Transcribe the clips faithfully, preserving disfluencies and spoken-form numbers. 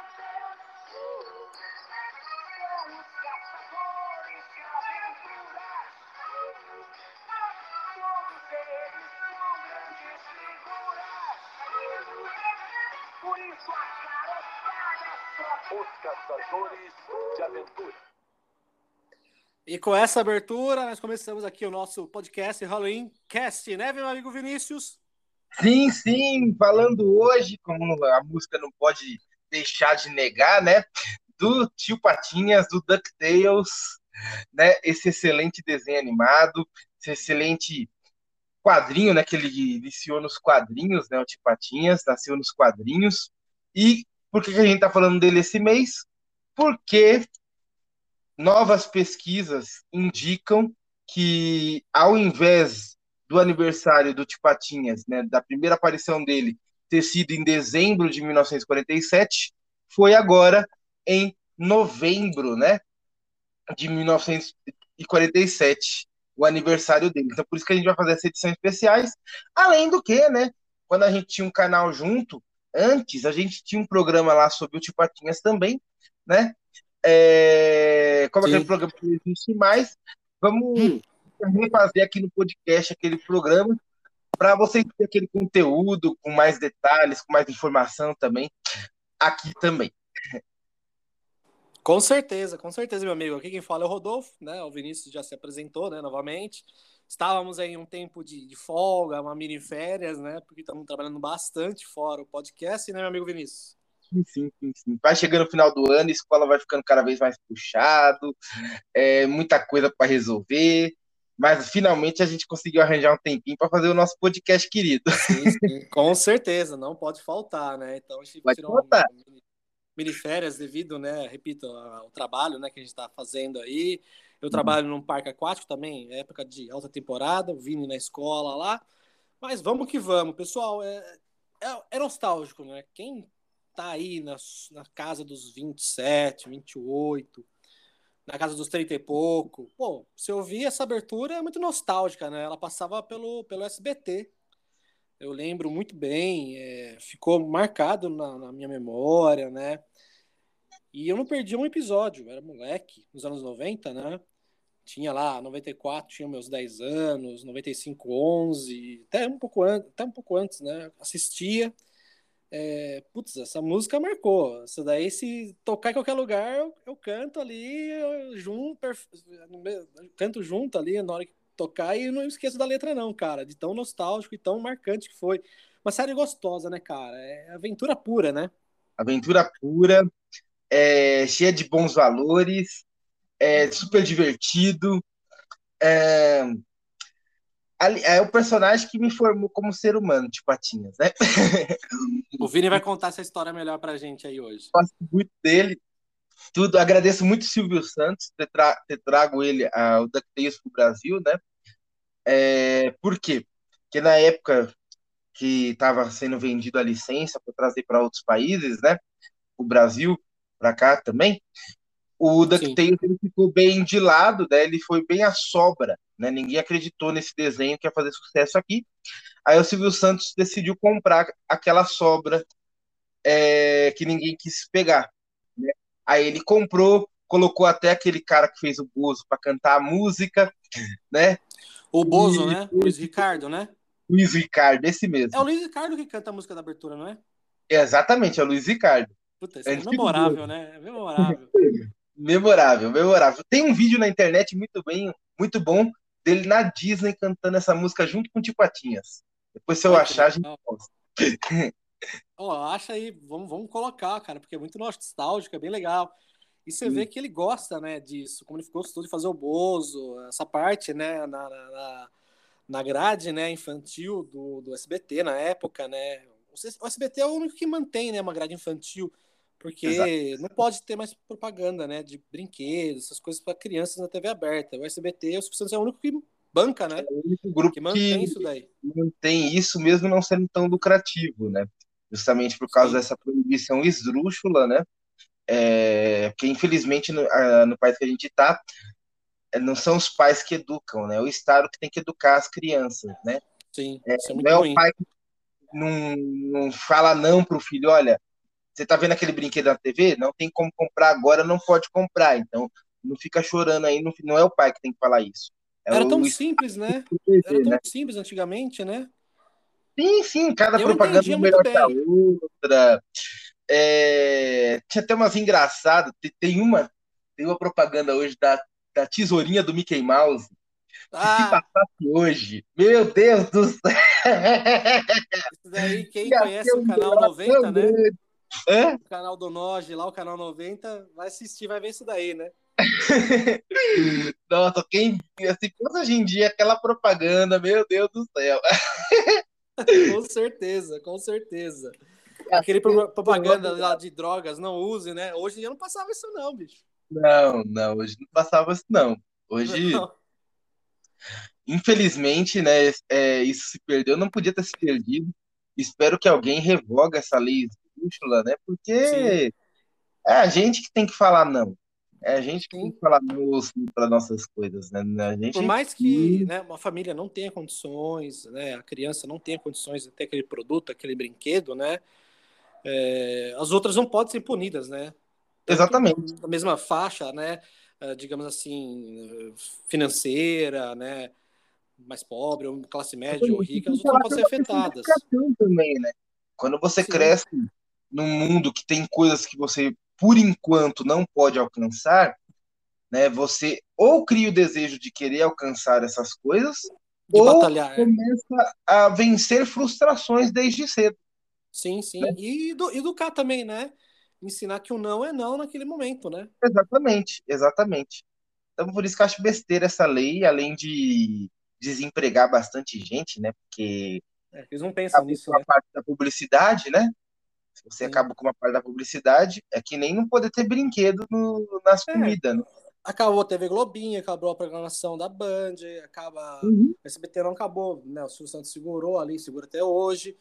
Os Caçadores de Aventura. E com essa abertura, nós começamos aqui o nosso podcast Halloween Cast, né, meu amigo Vinícius? Sim, sim, falando hoje, como a música não pode deixar de negar, né, do Tio Patinhas, do DuckTales, né, esse excelente desenho animado, esse excelente quadrinho, né, que ele iniciou nos quadrinhos, né, o Tio Patinhas, nasceu nos quadrinhos. E por que a gente tá falando dele esse mês? Porque novas pesquisas indicam que, ao invés do aniversário do Tio Patinhas, né, da primeira aparição dele, ter sido em dezembro de mil novecentos e quarenta e sete, foi agora em novembro, né, de mil novecentos e quarenta e sete, o aniversário dele. Então, por isso que a gente vai fazer essas edições especiais. Além do que, né, quando a gente tinha um canal junto, antes, a gente tinha um programa lá sobre o Tio Patinhas também, né? É, como Sim. aquele programa que não existe mais, vamos refazer aqui no podcast aquele programa para vocês terem aquele conteúdo com mais detalhes, com mais informação também, aqui também. Com certeza, com certeza, meu amigo. Aqui quem fala é o Rodolfo, né? O Vinícius já se apresentou, né, novamente. Estávamos aí em um tempo de, de folga, uma mini férias, né? Porque estamos trabalhando bastante fora o podcast, né, meu amigo Vinícius? Sim, sim, sim, sim. Vai chegando o final do ano, a escola vai ficando cada vez mais puxado, é, muita coisa para resolver, mas finalmente a gente conseguiu arranjar um tempinho para fazer o nosso podcast querido. Sim, sim, com certeza, não pode faltar, né? Então a gente Vai tirou contar. um mini, mini férias devido, né, repito, ao trabalho, né, que a gente está fazendo aí. Eu trabalho num parque aquático também, é época de alta temporada, o Vini na escola lá. Mas vamos que vamos, pessoal. É, é, é nostálgico, né? Quem tá aí na, na casa dos vinte e sete, vinte e oito, na casa dos trinta e pouco, pô, se eu ouvir essa abertura é muito nostálgica, né? Ela passava pelo, pelo S B T. Eu lembro muito bem, é, ficou marcado na, na minha memória, né? E eu não perdi um episódio, eu era moleque, nos anos noventa, né? Tinha lá, noventa e quatro, tinha meus dez anos, noventa e cinco, onze, até um pouco, an até um pouco antes, né? Assistia. É, putz, essa música marcou. Isso daí, se tocar em qualquer lugar, eu, eu canto ali, eu junto, perf... eu canto junto ali na hora que tocar e não esqueço da letra, não, cara. De tão nostálgico e tão marcante que foi. Uma série gostosa, né, cara? É aventura pura, né? Aventura pura, é, cheia de bons valores, é super divertido. É, é o personagem que me formou como ser humano, de Patinhas, né? O Vini vai contar essa história melhor pra gente aí hoje. Gosto muito dele. Tudo, agradeço muito o Silvio Santos ter, tra ter trago ele, uh, o DuckTales pro Brasil, né? É, por quê? Porque na época que estava sendo vendido a licença para trazer para outros países, né? O Brasil, para cá também, o DuckTales ele ficou bem de lado, né? Ele foi bem à sobra, né? Ninguém acreditou nesse desenho que ia fazer sucesso aqui. Aí o Silvio Santos decidiu comprar aquela sobra é, que ninguém quis pegar, né? Aí ele comprou, colocou até aquele cara que fez o Bozo para cantar a música, né? O Bozo, e... né? Luiz Ricardo, né? Luiz Ricardo, esse mesmo. É o Luiz Ricardo que canta a música da abertura, não é? É, exatamente, é o Luiz Ricardo. Puta, isso é memorável, né? É memorável. Memorável, memorável. Tem um vídeo na internet muito bem, muito bom, dele na Disney cantando essa música junto com o Tio Patinhas. Depois, se eu Olha, achar, a gente posta. Ó, acha aí, vamos, vamos colocar, cara, porque é muito nostálgico, é bem legal. E você vê que ele gosta, né, disso, como ele gostou de fazer o Bozo, essa parte, né, na, na, na grade, né, infantil do, do S B T na época, né. O S B T é o único que mantém, né, uma grade infantil, porque Exato. Não pode ter mais propaganda, né, de brinquedos, essas coisas para crianças na T V aberta. O S B T, o Silvio Santos é o único que banca, né, é o único grupo que mantém que isso daí. Mantém isso mesmo não sendo tão lucrativo, né? Justamente por causa Sim. dessa proibição esdrúxula, né? É, porque infelizmente no, a, no país que a gente está, não são os pais que educam, né? É o Estado que tem que educar as crianças, né? Sim, é, isso é muito não ruim. é o pai que não, não fala não para o filho, olha, você tá vendo aquele brinquedo na T V? Não tem como comprar agora, não pode comprar. Então, não fica chorando aí, não, não é o pai que tem que falar isso. É Era tão o simples, né? T V, Era tão né? simples antigamente, né? Sim, sim, cada Eu propaganda é entendia muito melhor que a bem. outra. É, tinha até umas engraçadas. Tem, tem uma, tem uma propaganda hoje da, da tesourinha do Mickey Mouse, que se Ah, passasse hoje, meu Deus do céu, isso daí, quem ia ser conhece o um canal negócio noventa, tão né? grande. Hã? O canal do Noge lá, o canal noventa, vai assistir, vai ver isso daí, né? Nossa, quem se fosse hoje em dia aquela propaganda, meu Deus do céu. Com certeza, com certeza. Ia Aquele ser pro- propaganda lá fenomenal. de drogas, não use, né? Hoje em dia não passava isso não, bicho. Não, não, hoje não passava isso, não. Hoje, Não. infelizmente, né, é, isso se perdeu, não podia ter se perdido. Espero que alguém revogue essa lei esdrúxula, né? Sim, Porque é a gente que tem que falar não. É a gente que tem sim. que falar não para nossas coisas, né? A Por gente. mais que, né, uma família não tenha condições, né, a criança não tenha condições de ter aquele produto, aquele brinquedo, né, é, as outras não podem ser punidas, né? Tanto Exatamente, na mesma faixa, né, eh, digamos assim, financeira, né, mais pobre, ou classe média ou exatamente. E rica, sem as outras não falar podem ser pela questão da afetadas. educação também, né? Quando você Sim, cresce num mundo que tem coisas que você, por enquanto, não pode alcançar, né? Você ou cria o desejo de querer alcançar essas coisas, de ou batalhar, né? começa a vencer frustrações desde cedo, Sim, né? sim. E edu- educar também, né? Ensinar que o não é não naquele momento, né? Exatamente, exatamente. Então, por isso que eu acho besteira essa lei, além de desempregar bastante gente, né? Porque É, eles não pensam acabou nisso, com a né? parte da publicidade, né? Se você Sim. acaba com uma parte da publicidade, é que nem não poder ter brinquedo no- nas É, comidas, né? acabou a T V Globinho, acabou a programação da Band, acaba. Uhum. O S B T não acabou, né? O Silvio Santos segurou ali, segura até hoje.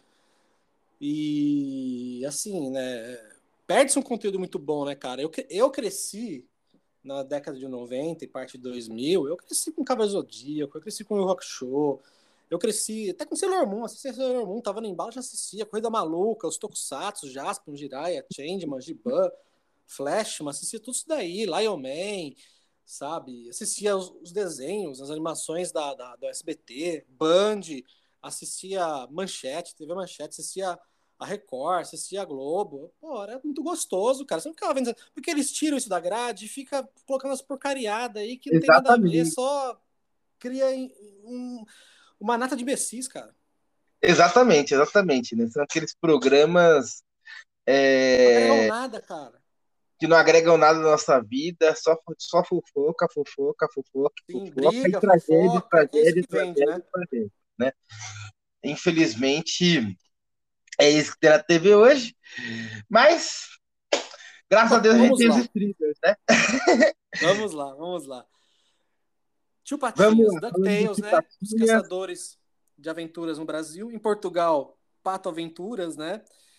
E assim, né? Perde-se um conteúdo muito bom, né, cara? Eu, cre- eu cresci na década de noventa e parte de dois mil, eu cresci com Cavaleiro Zodíaco, eu cresci com o Rock Show, eu cresci até com Sailor Moon, assistia Sailor Moon, tava no embalo, já assistia, Corrida Maluca, os Tokusatsu, Jaspion, Jiraiya, Changeman, Giban, Flashman, assistia tudo isso daí, Lion Man, sabe? Assistia os, os desenhos, as animações da, da, do S B T, Band, assistia Manchete, T V Manchete, assistia a Record, assistia a Globo. Pô, era muito gostoso, cara. Você não ficava vendo. Porque eles tiram isso da grade e fica colocando as porcariadas aí que não tem nada a ver, Exatamente. só cria um, uma nata de imbecis, cara. Exatamente, exatamente, né? São aqueles programas Não agregam é, nada, cara. que não agregam nada na nossa vida, só, fo- só fofoca, fofoca, fofoca, Sim, fofoca, e briga, tragédia, fofoca, que é isso tragédia, que vende, tragédia, né? tragédia, né? Infelizmente, é isso que tem na T V hoje, mas graças a Bom, Deus a gente vamos tem os lá. streamers, né? Vamos lá, vamos lá. Tio Vamos Patinhas, lá, falando do DuckTales, Tio né? Os Patinhas, caçadores de aventuras no Brasil. Em Portugal, Pato Aventuras, né?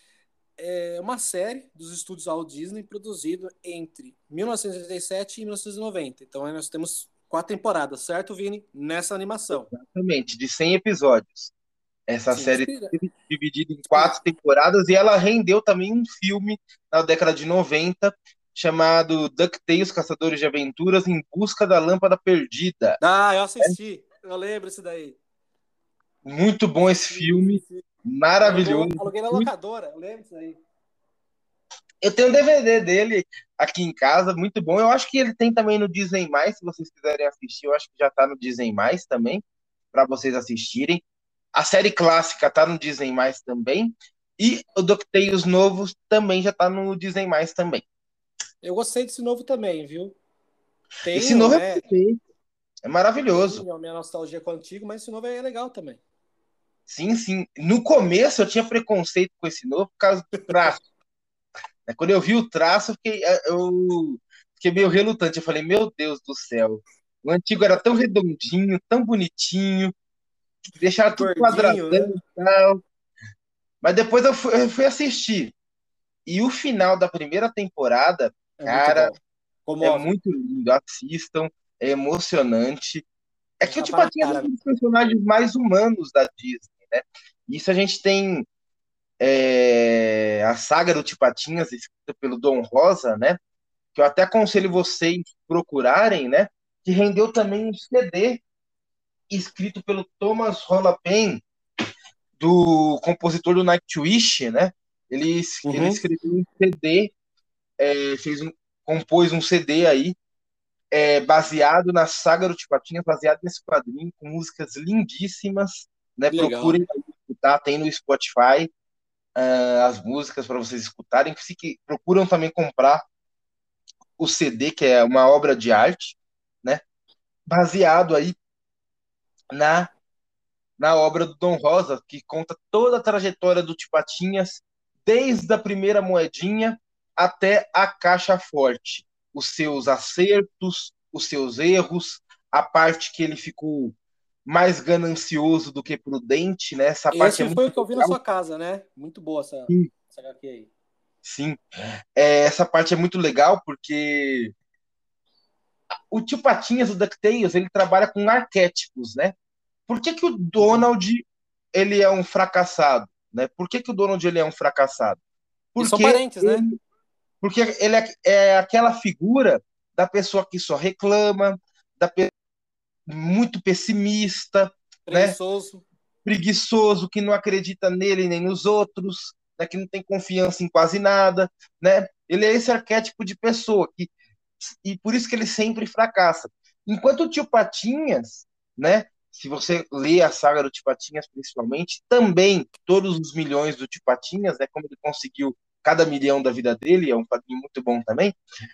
É uma série dos estúdios Walt Disney produzido entre mil novecentos e oitenta e sete e mil novecentos e noventa. Então aí nós temos quatro temporadas, certo, Vini? Nessa animação. exatamente, de cem episódios. Essa Sim, série inspira... teve dividida em inspira... quatro temporadas e ela rendeu também um filme na década de noventa chamado DuckTales Caçadores de Aventuras em Busca da Lâmpada Perdida. Ah, eu assisti. Eu lembro isso daí. Muito bom esse Assisti, filme, assisti. maravilhoso. Alugou, aluguei na Muito- locadora, eu lembro isso aí. Eu tenho um D V D dele aqui em casa, muito bom. Eu acho que ele tem também no Disney+, se vocês quiserem assistir, eu acho que já está no Disney+, também, para vocês assistirem. A série clássica tá no Disney+, também. E o DuckTales novo também já tá no Disney+, também. Eu gostei desse novo também, viu? Esse Tenho, novo é né? perfeito. É maravilhoso. Tenho a minha nostalgia com o antigo, mas esse novo aí é legal também. Sim, sim. No começo eu tinha preconceito com esse novo por causa do traço. Né? Quando eu vi o traço, eu fiquei, eh, eu fiquei meio relutante. Eu falei, meu Deus do céu. O antigo era tão redondinho, tão bonitinho, deixaram tudo quadradão Gordinho, né? e tal. Mas depois eu fui, eu fui assistir. E o final da primeira temporada, É muito cara, bom. é Comove. muito lindo. Assistam, é emocionante. É É um que o tapa na Tipatinhas é cara, um né? dos personagens mais humanos da Disney, né? Isso a gente tem é, a saga do Tio Patinhas, escrita pelo Dom Rosa, né? Que eu até aconselho vocês procurarem, né? Que rendeu também um C D escrito pelo Thomas Hollapen, do compositor do Nightwish, né? Ele, ele Uhum. escreveu um C D, é, fez um, compôs um C D aí, é, baseado na saga do Tio Patinhas, baseado nesse quadrinho, com músicas lindíssimas, né? Que legal. Procurem escutar, tem no Spotify uh, as músicas para vocês escutarem. Que procuram também comprar o C D, que é uma obra de arte, né? Baseado aí na na obra do Dom Rosa, que conta toda a trajetória do Tio Patinhas, desde a primeira moedinha até a caixa forte. Os seus acertos, os seus erros, a parte que ele ficou mais ganancioso do que prudente, né? Essa parte é Esse muito foi o que eu vi na legal. sua casa, né? Muito boa essa, Sim, essa H Q aí. sim. É, essa parte é muito legal porque o Tio Patinhas, o DuckTales, ele trabalha com arquétipos, né? Por que, que o Uhum. Donald ele é um fracassado? Né? Por que, que o Donald ele é um fracassado? E são Porque parentes, né? ele, porque ele é, é aquela figura da pessoa que só reclama, da pe... muito pessimista, né? Preguiçoso. Preguiçoso, que não acredita nele nem nos outros, né? Que não tem confiança em quase nada, né? Ele é esse arquétipo de pessoa que e por isso que ele sempre fracassa. Enquanto o Tio Patinhas, né? Se você lê a saga do Tio Patinhas, principalmente, também todos os milhões do Tio Patinhas, né? Como ele conseguiu cada milhão da vida dele, é um quadrinho muito bom também.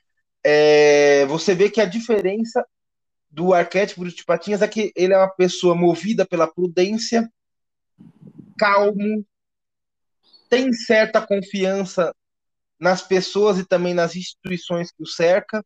É, você vê que a diferença do arquétipo do Tio Patinhas é que ele é uma pessoa movida pela prudência, calmo, tem certa confiança nas pessoas e também nas instituições que o cercam.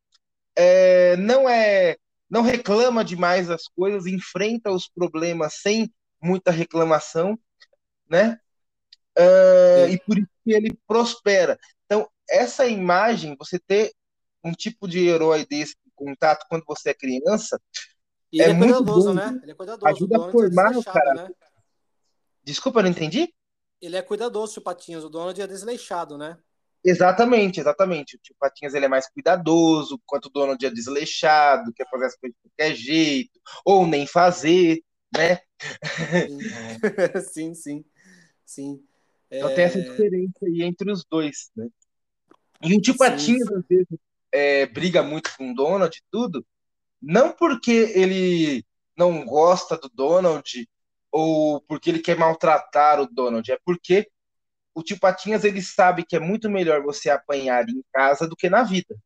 É, não é, não reclama demais das coisas, enfrenta os problemas sem muita reclamação, né? Uh, Sim. e por isso que ele prospera. Então, essa imagem, você ter um tipo de herói desse em contato quando você é criança, E é ele é muito cuidadoso, bom. né? Ele é cuidadoso. O Ajuda a Donald é formar o desleixado, cara. né? Desculpa, eu não entendi? Ele é cuidadoso, tio Patinhas. O Donald é desleixado, né? Exatamente, exatamente. O tio Patinhas ele é mais cuidadoso, enquanto o Donald é desleixado, quer fazer as coisas de qualquer jeito, ou nem fazer, né? Sim, sim, sim. Sim. Então tem essa É... diferença aí entre os dois, né? E o tio Sim. Patinhas, às vezes, é, briga muito com o Donald e tudo, não porque ele não gosta do Donald ou porque ele quer maltratar o Donald, é porque o tio Patinhas ele sabe que é muito melhor você apanhar em casa do que na vida.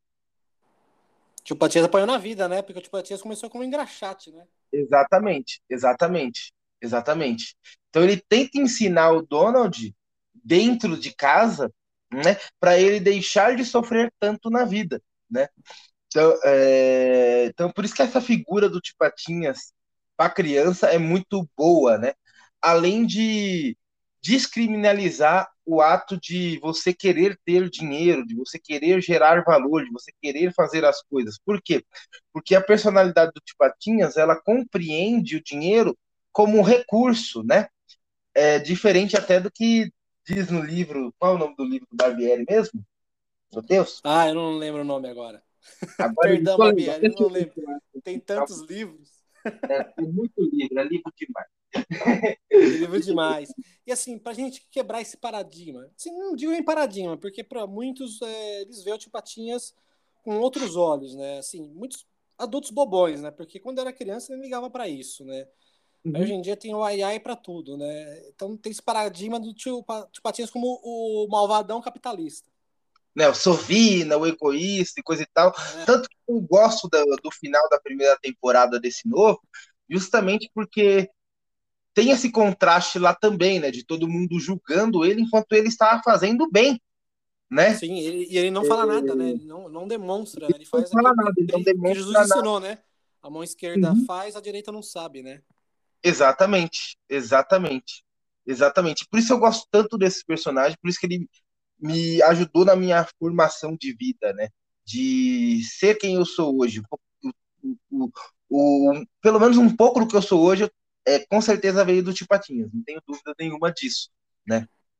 Tio Patinhas apanhou na vida, né? Porque o tio Patinhas começou como engraxate, né? Exatamente, exatamente, exatamente. Então ele tenta ensinar o Donald dentro de casa, né, para ele deixar de sofrer tanto na vida, né? Então, é... então por isso que essa figura do Tio Patinhas para criança é muito boa, né? Além de descriminalizar o ato de você querer ter dinheiro, de você querer gerar valor, de você querer fazer as coisas. Por quê? Porque a personalidade do Tio Patinhas, ela compreende o dinheiro como um recurso, né? É diferente até do que diz no livro, qual é o nome do livro do Barbieri mesmo? Meu Deus, Ah, eu não lembro o nome agora. agora eu não Perdão, tô lembrando. Barbieri, eu Deixa não eu ver lembro. se eu acho Tem aqui, calma. tantos livros. É, tem muito livro, é livro demais. Tem livro demais. E assim, pra gente quebrar esse paradigma, assim, não digo em paradigma, porque para muitos é, eles veem o tio Patinhas com outros olhos, né? Assim, muitos adultos bobões, né? Porque quando era criança nem ligava para isso, né? Aí Uhum. hoje em dia tem o ai ai para tudo, né? Então tem esse paradigma do tio, tio Patinhas como o malvadão capitalista. Né, o Sovina, o egoísta e coisa e tal. É, Tanto que eu gosto do, do final da primeira temporada desse novo, justamente porque tem esse contraste lá também, né? De todo mundo julgando ele enquanto ele estava fazendo bem, né? sim, ele, e ele não fala nada, né? Ele não, não demonstra, né? Ele Não faz fala aquilo nada, que, ele não ele, que Jesus demonstra nada. ensinou, né? A mão esquerda Uhum. faz, a direita não sabe, né? Exatamente, exatamente, exatamente. Por isso eu gosto tanto desse personagem, por isso que ele me ajudou na minha formação de vida, né? De ser quem eu sou hoje. O, o, o, o, pelo menos um pouco do que eu sou hoje, é, com certeza veio do Tio Patinhas, não tenho dúvida nenhuma disso, né?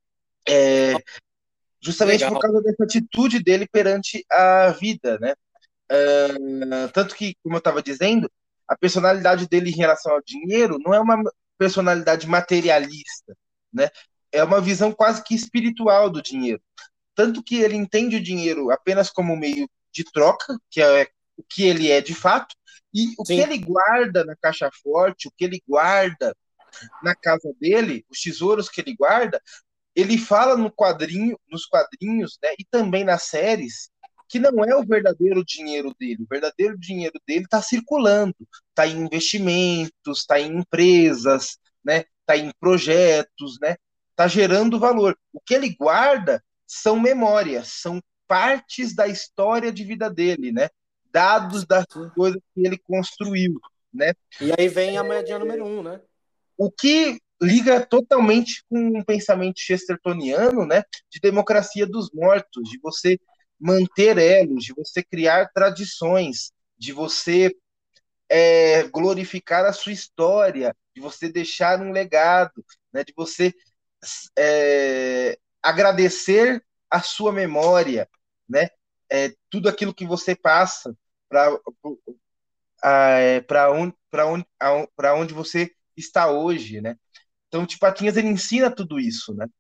É, justamente por Legal. causa dessa atitude dele perante a vida, né? Uh, tanto que, como eu estava dizendo, a personalidade dele em relação ao dinheiro não é uma personalidade materialista, né? É uma visão quase que espiritual do dinheiro. Tanto que ele entende o dinheiro apenas como meio de troca, que é o que ele é de fato, e o que Sim. ele guarda na caixa forte, o que ele guarda na casa dele, os tesouros que ele guarda, ele fala no quadrinho, nos quadrinhos, né, e também nas séries, que não é o verdadeiro dinheiro dele. O verdadeiro dinheiro dele está circulando, está em investimentos, está em empresas, né, está em projetos, né, está gerando valor. O que ele guarda são memórias, são partes da história de vida dele, né, dados das coisas que ele construiu, né. E aí vem a moedinha número um, né? O que liga totalmente com um pensamento chestertoniano, né, de democracia dos mortos, de você manter elos, de você criar tradições, de você é, glorificar a sua história, de você deixar um legado, né, de você é, agradecer a sua memória, né, é, tudo aquilo que você passa para para onde, para onde, para onde você está hoje, né? Então, o Tio Patinhas, ele ensina tudo isso, né?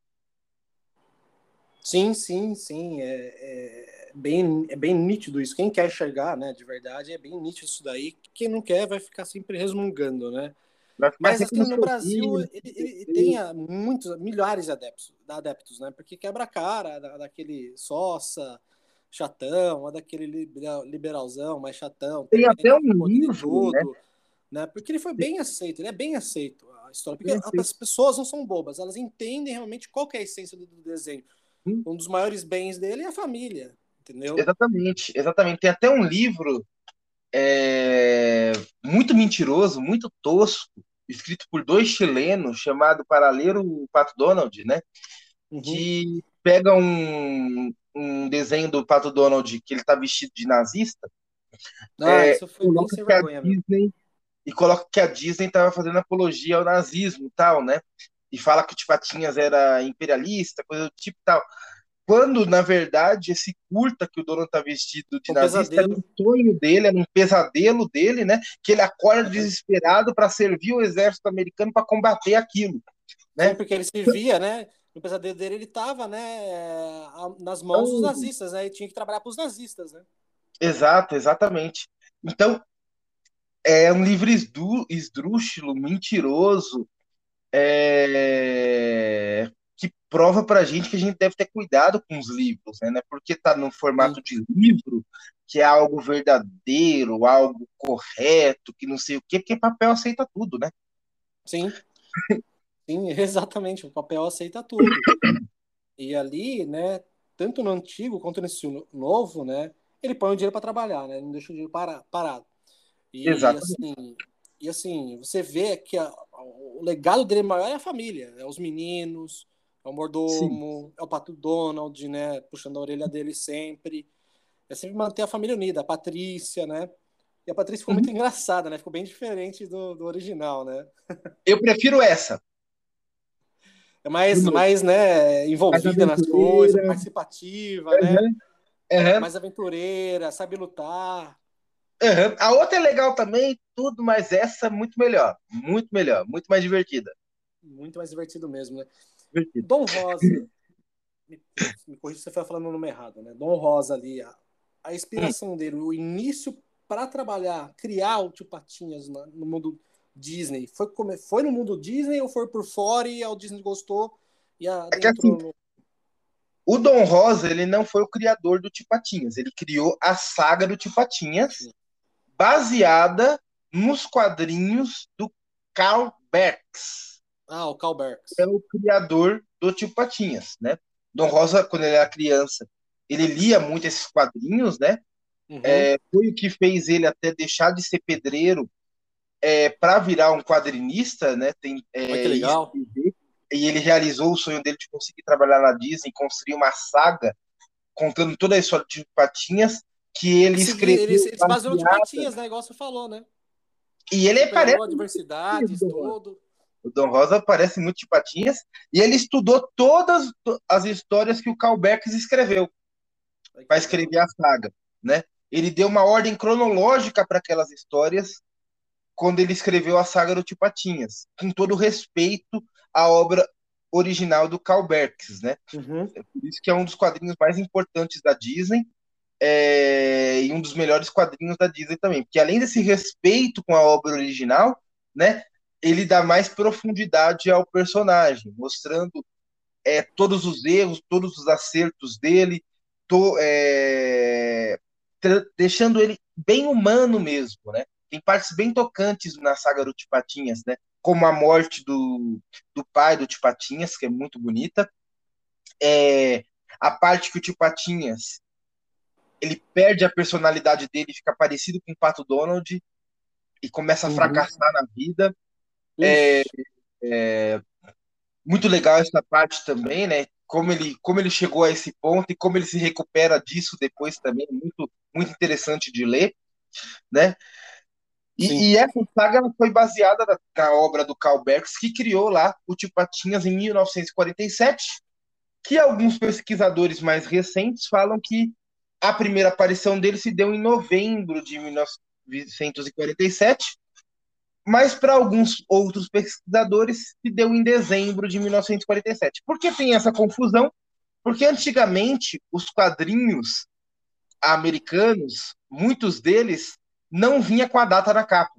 Sim, sim, sim. É, é, bem, é bem nítido isso. Quem quer enxergar, né, de verdade, é bem nítido isso daí. Quem não quer vai ficar sempre resmungando, né? Vai ficar Mas sempre aqui no no seu Brasil vídeo. ele, ele tem ah, muitos, milhares de adeptos, de adeptos, né? Porque quebra a cara da, daquele sossa chatão, ou daquele liberal, liberalzão mais chatão Tem também, até que um quer poder de livro, né? tudo, né? Porque ele foi bem aceito, ele é bem aceito a história, porque Tem assim, as pessoas não são bobas, elas entendem realmente qual que é a essência do, do desenho. hum, Um dos maiores bens dele é a família, entendeu? exatamente, exatamente. Tem até um livro é, muito mentiroso, muito tosco, escrito por dois chilenos, chamado Para Ler o Pato Donald, né? Uhum. Que pega um, um desenho do Pato Donald que ele está vestido de nazista, Ah, é, isso foi bem coloca sem que a vergonha mesmo. Disney e coloca que a Disney estava fazendo apologia ao nazismo e tal, né? E fala que o Tipatinhas era imperialista, coisa do tipo e tal. Quando, na verdade, esse curta que o dono tá vestido de Um nazista era um pesadelo. sonho dele, era um pesadelo dele, né? Que ele acorda desesperado para servir o exército americano para combater aquilo, Sim, né? porque ele se via, né? No pesadelo dele, ele estava, né, nas mãos dos Então, nazistas, né? E tinha que trabalhar para os nazistas, né? exato, exatamente. Então, é um livro esdú- esdrúxulo, mentiroso, é, que prova para a gente que a gente deve ter cuidado com os livros, né? Não é porque está no Sim, formato de livro que é algo verdadeiro, algo correto, que não sei o quê, porque papel aceita tudo, né? sim, sim, exatamente. O papel aceita tudo. E ali, né, tanto no antigo quanto nesse novo, né, ele põe o dinheiro para trabalhar, né? Ele não deixa o dinheiro para, parado. E Exatamente. assim, e assim, você vê que a, o legado dele maior é a família, é os meninos, é o Sim. mordomo, é o Pato Donald, né, puxando a orelha dele sempre. É sempre manter a família unida, a Patrícia, né? E a Patrícia ficou Uhum. muito engraçada, né? Ficou bem diferente do, do original, né? Eu prefiro essa, É do mais, novo. mais, né, Mais envolvida nas coisas, aventureira. participativa, né? Uhum. Uhum. Mais aventureira, sabe lutar. Uhum. A outra é legal também, tudo, mas essa é muito melhor. Muito melhor, muito mais divertida. Muito mais divertido mesmo, né? Divertida. Dom Rosa, me, me corrija se você foi falando o nome errado, né? Dom Rosa ali, a, a Hum. inspiração dele, o início para trabalhar, criar o Tio Patinhas no, no mundo Disney, foi, como, foi no mundo Disney ou foi por fora e a Disney gostou e É que assim, adentrou no. o Dom Rosa, ele não foi o criador do Tio Patinhas, ele criou a saga do Tio Patinhas, baseada nos quadrinhos do Carl Barks, Ah, o Carl que é Barks. o criador do Tio Patinhas, né? Dom Rosa, quando ele era criança, ele lia muito esses quadrinhos, né? Uhum. É, foi o que fez ele até deixar de ser pedreiro é, para virar um quadrinista, né? Tem, Olha que é, e legal. escrever. E ele realizou o sonho dele de conseguir trabalhar na Disney, construir uma saga contando toda a história de Patinhas, que ele Que seguir, ele, escreveu ele se baseou no Tio baseada. Patinhas, né? Igual você falou, né? E ele Superou parece adversidades, tudo. O Don Rosa parece muito Tio Patinhas, e ele estudou todas as histórias que o Carl Barks escreveu para escrever a saga, né? Ele deu uma ordem cronológica para aquelas histórias quando ele escreveu a saga do Tio Patinhas, com todo respeito à obra original do Carl Barks, né? Uhum. Por isso que é um dos quadrinhos mais importantes da Disney, é, e um dos melhores quadrinhos da Disney também, porque além desse respeito com a obra original, né, ele dá mais profundidade ao personagem, mostrando é, todos os erros, todos os acertos dele, to, é, deixando ele bem humano mesmo, né? Tem partes bem tocantes na saga do Tio Patinhas, né? Como a morte do, do pai do Tio Patinhas, que é muito bonita. É, a parte que o Tio Patinhas ele perde a personalidade dele, fica parecido com o Pato Donald e começa a Uhum. fracassar na vida. É, é, muito legal essa parte também, né? Como ele, como ele chegou a esse ponto e como ele se recupera disso depois também, muito, muito interessante de ler, né? E, e essa saga foi baseada na, na obra do Carl Barks, que criou lá o Tio Patinhas em mil novecentos e quarenta e sete, que alguns pesquisadores mais recentes falam que a primeira aparição dele se deu em novembro de mil novecentos e quarenta e sete, mas para alguns outros pesquisadores se deu em dezembro de mil novecentos e quarenta e sete. Por que tem essa confusão? Porque antigamente os quadrinhos americanos, muitos deles, não vinha com a data na capa.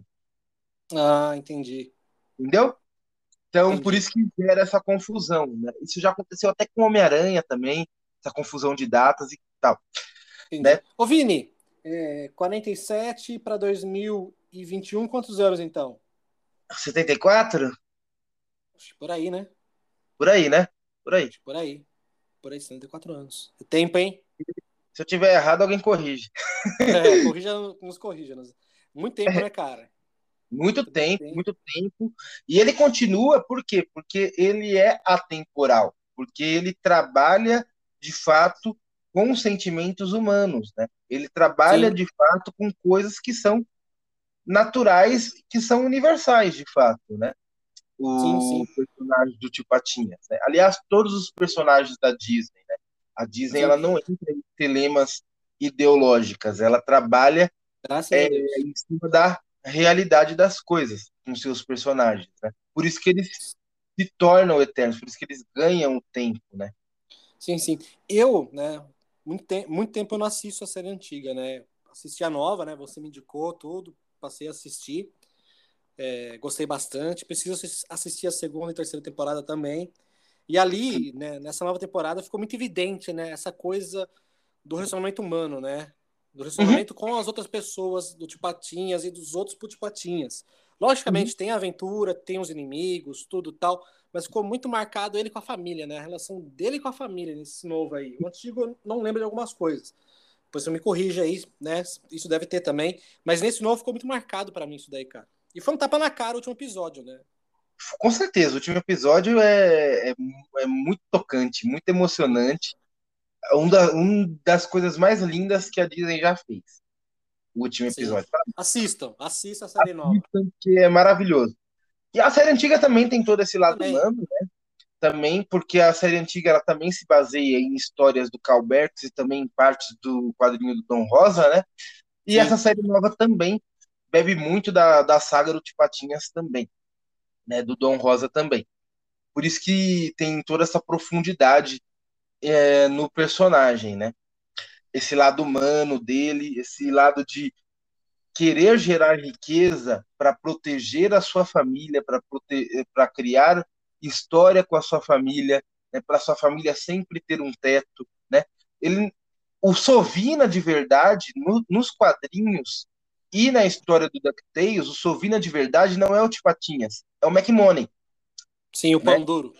Ah, entendi. Entendeu? Então, entendi. por isso que gera essa confusão. Né? Isso já aconteceu até com Homem-Aranha também, essa confusão de datas e tal. Entendi. Né? Ô, Vini, é, quarenta e sete para dois mil e vinte e um, quantos anos então? setenta e quatro? Acho que por aí, né? Por aí, né? Por aí. Acho que por aí. Por aí, setenta e quatro anos. É tempo, hein? Se eu tiver errado, alguém corrige. É, corrija, nos corrija. Nos... Muito tempo, né, cara? Muito, muito tempo, tempo, muito tempo. E ele continua, por quê? Porque ele é atemporal. Porque ele trabalha, de fato, com sentimentos humanos, né? Ele trabalha, Sim. de fato, com coisas que são naturais, que são universais, de fato, né? O sim, sim. personagem do Tio Patinhas, né? Aliás, todos os personagens da Disney, né? A Disney, Sim. ela não entra em dilemas ideológicas, ela trabalha Graças é, a Deus. em cima da realidade das coisas com seus personagens, né? Por isso que eles se tornam eternos, por isso que eles ganham o tempo, né? Sim, sim. Eu, né, muito, te muito tempo eu não assisto a série antiga, né? Assisti a nova, né? Você me indicou tudo, passei a assistir. É, gostei bastante. Preciso assistir a segunda e terceira temporada também. E ali, né, nessa nova temporada, ficou muito evidente, né? Essa coisa do relacionamento humano, né? Do relacionamento uhum. com as outras pessoas do Tio Patinhas e dos outros Tio Patinhas. Logicamente, uhum. tem a aventura, tem os inimigos, tudo tal, mas ficou muito marcado ele com a família, né? A relação dele com a família nesse novo aí. O antigo eu não lembro de algumas coisas. Depois você me corrija aí, né? Isso deve ter também. Mas nesse novo ficou muito marcado para mim isso daí, cara. E foi um tapa na cara o último episódio, né? Com certeza, o último episódio é, é, é muito tocante, muito emocionante. Um, da, um das coisas mais lindas que a Disney já fez. O último episódio. Sim. Assistam, assistam a série Assistam, nova. que é maravilhoso. E a série antiga também tem todo esse lado também. humano, né? Também, porque a série antiga ela também se baseia em histórias do Carl Barks e também em partes do quadrinho do Don Rosa, né? E Sim. essa série nova também bebe muito da, da saga do Tio Patinhas também, né? Do Don Rosa também. Por isso que tem toda essa profundidade é, no personagem, né? Esse lado humano dele, esse lado de querer gerar riqueza para proteger a sua família, para prote... criar história com a sua família, né, para sua família sempre ter um teto, né? Ele, o Sovina de verdade, no, nos quadrinhos e na história do DuckTales, o Sovina de verdade não é o Tio Patinhas, é o McMoney. Sim, o né? pão duro.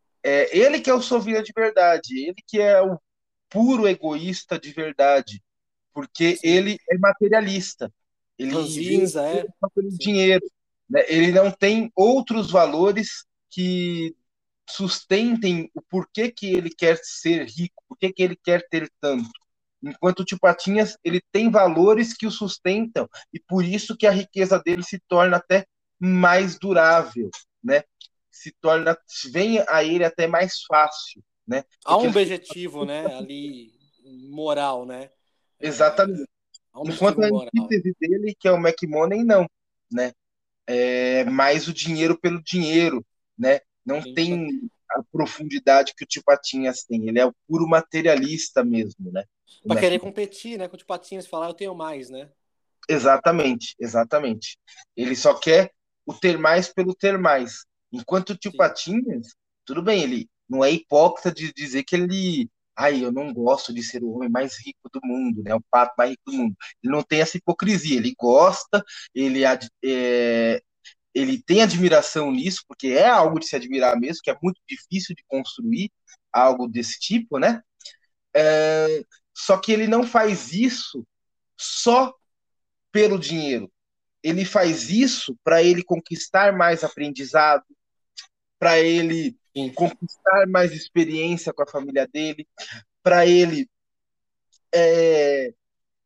É ele que é o Sovina de verdade, ele que é o puro egoísta de verdade, porque Sim. ele é materialista. Ele Ranzinza, é. só pelo Sim. dinheiro. Né? Ele não tem outros valores que sustentem o porquê que ele quer ser rico, porquê que ele quer ter tanto. Enquanto o Tio Patinhas, ele tem valores que o sustentam, e por isso que a riqueza dele se torna até mais durável, né? se torna, vem a ele até mais fácil, né? Há Porque um ele, objetivo, né, ali, moral, né? exatamente. É, há um Enquanto objetivo a moral. antítese dele, que é o McMoney, não, né? É mais o dinheiro pelo dinheiro, né? Não Sim, pra, tem a profundidade que o Tio Patinhas tem. Ele é o puro materialista mesmo, né? O pra Mac... querer competir, né? Com o Tio Patinhas falar, eu tenho mais, né? Exatamente, exatamente. Ele só quer o ter mais pelo ter mais. Enquanto o Tio Sim, Patinhas, tudo bem, ele não é hipócrita de dizer que ele, ai, eu não gosto de ser o homem mais rico do mundo, né? O pato mais rico do mundo. Ele não tem essa hipocrisia. Ele gosta, ele ad- é, ele tem admiração nisso, porque é algo de se admirar mesmo, que é muito difícil de construir algo desse tipo, né? É, só que ele não faz isso só pelo dinheiro. Ele faz isso para ele conquistar mais aprendizado, para ele sim, conquistar mais experiência com a família dele, para ele é,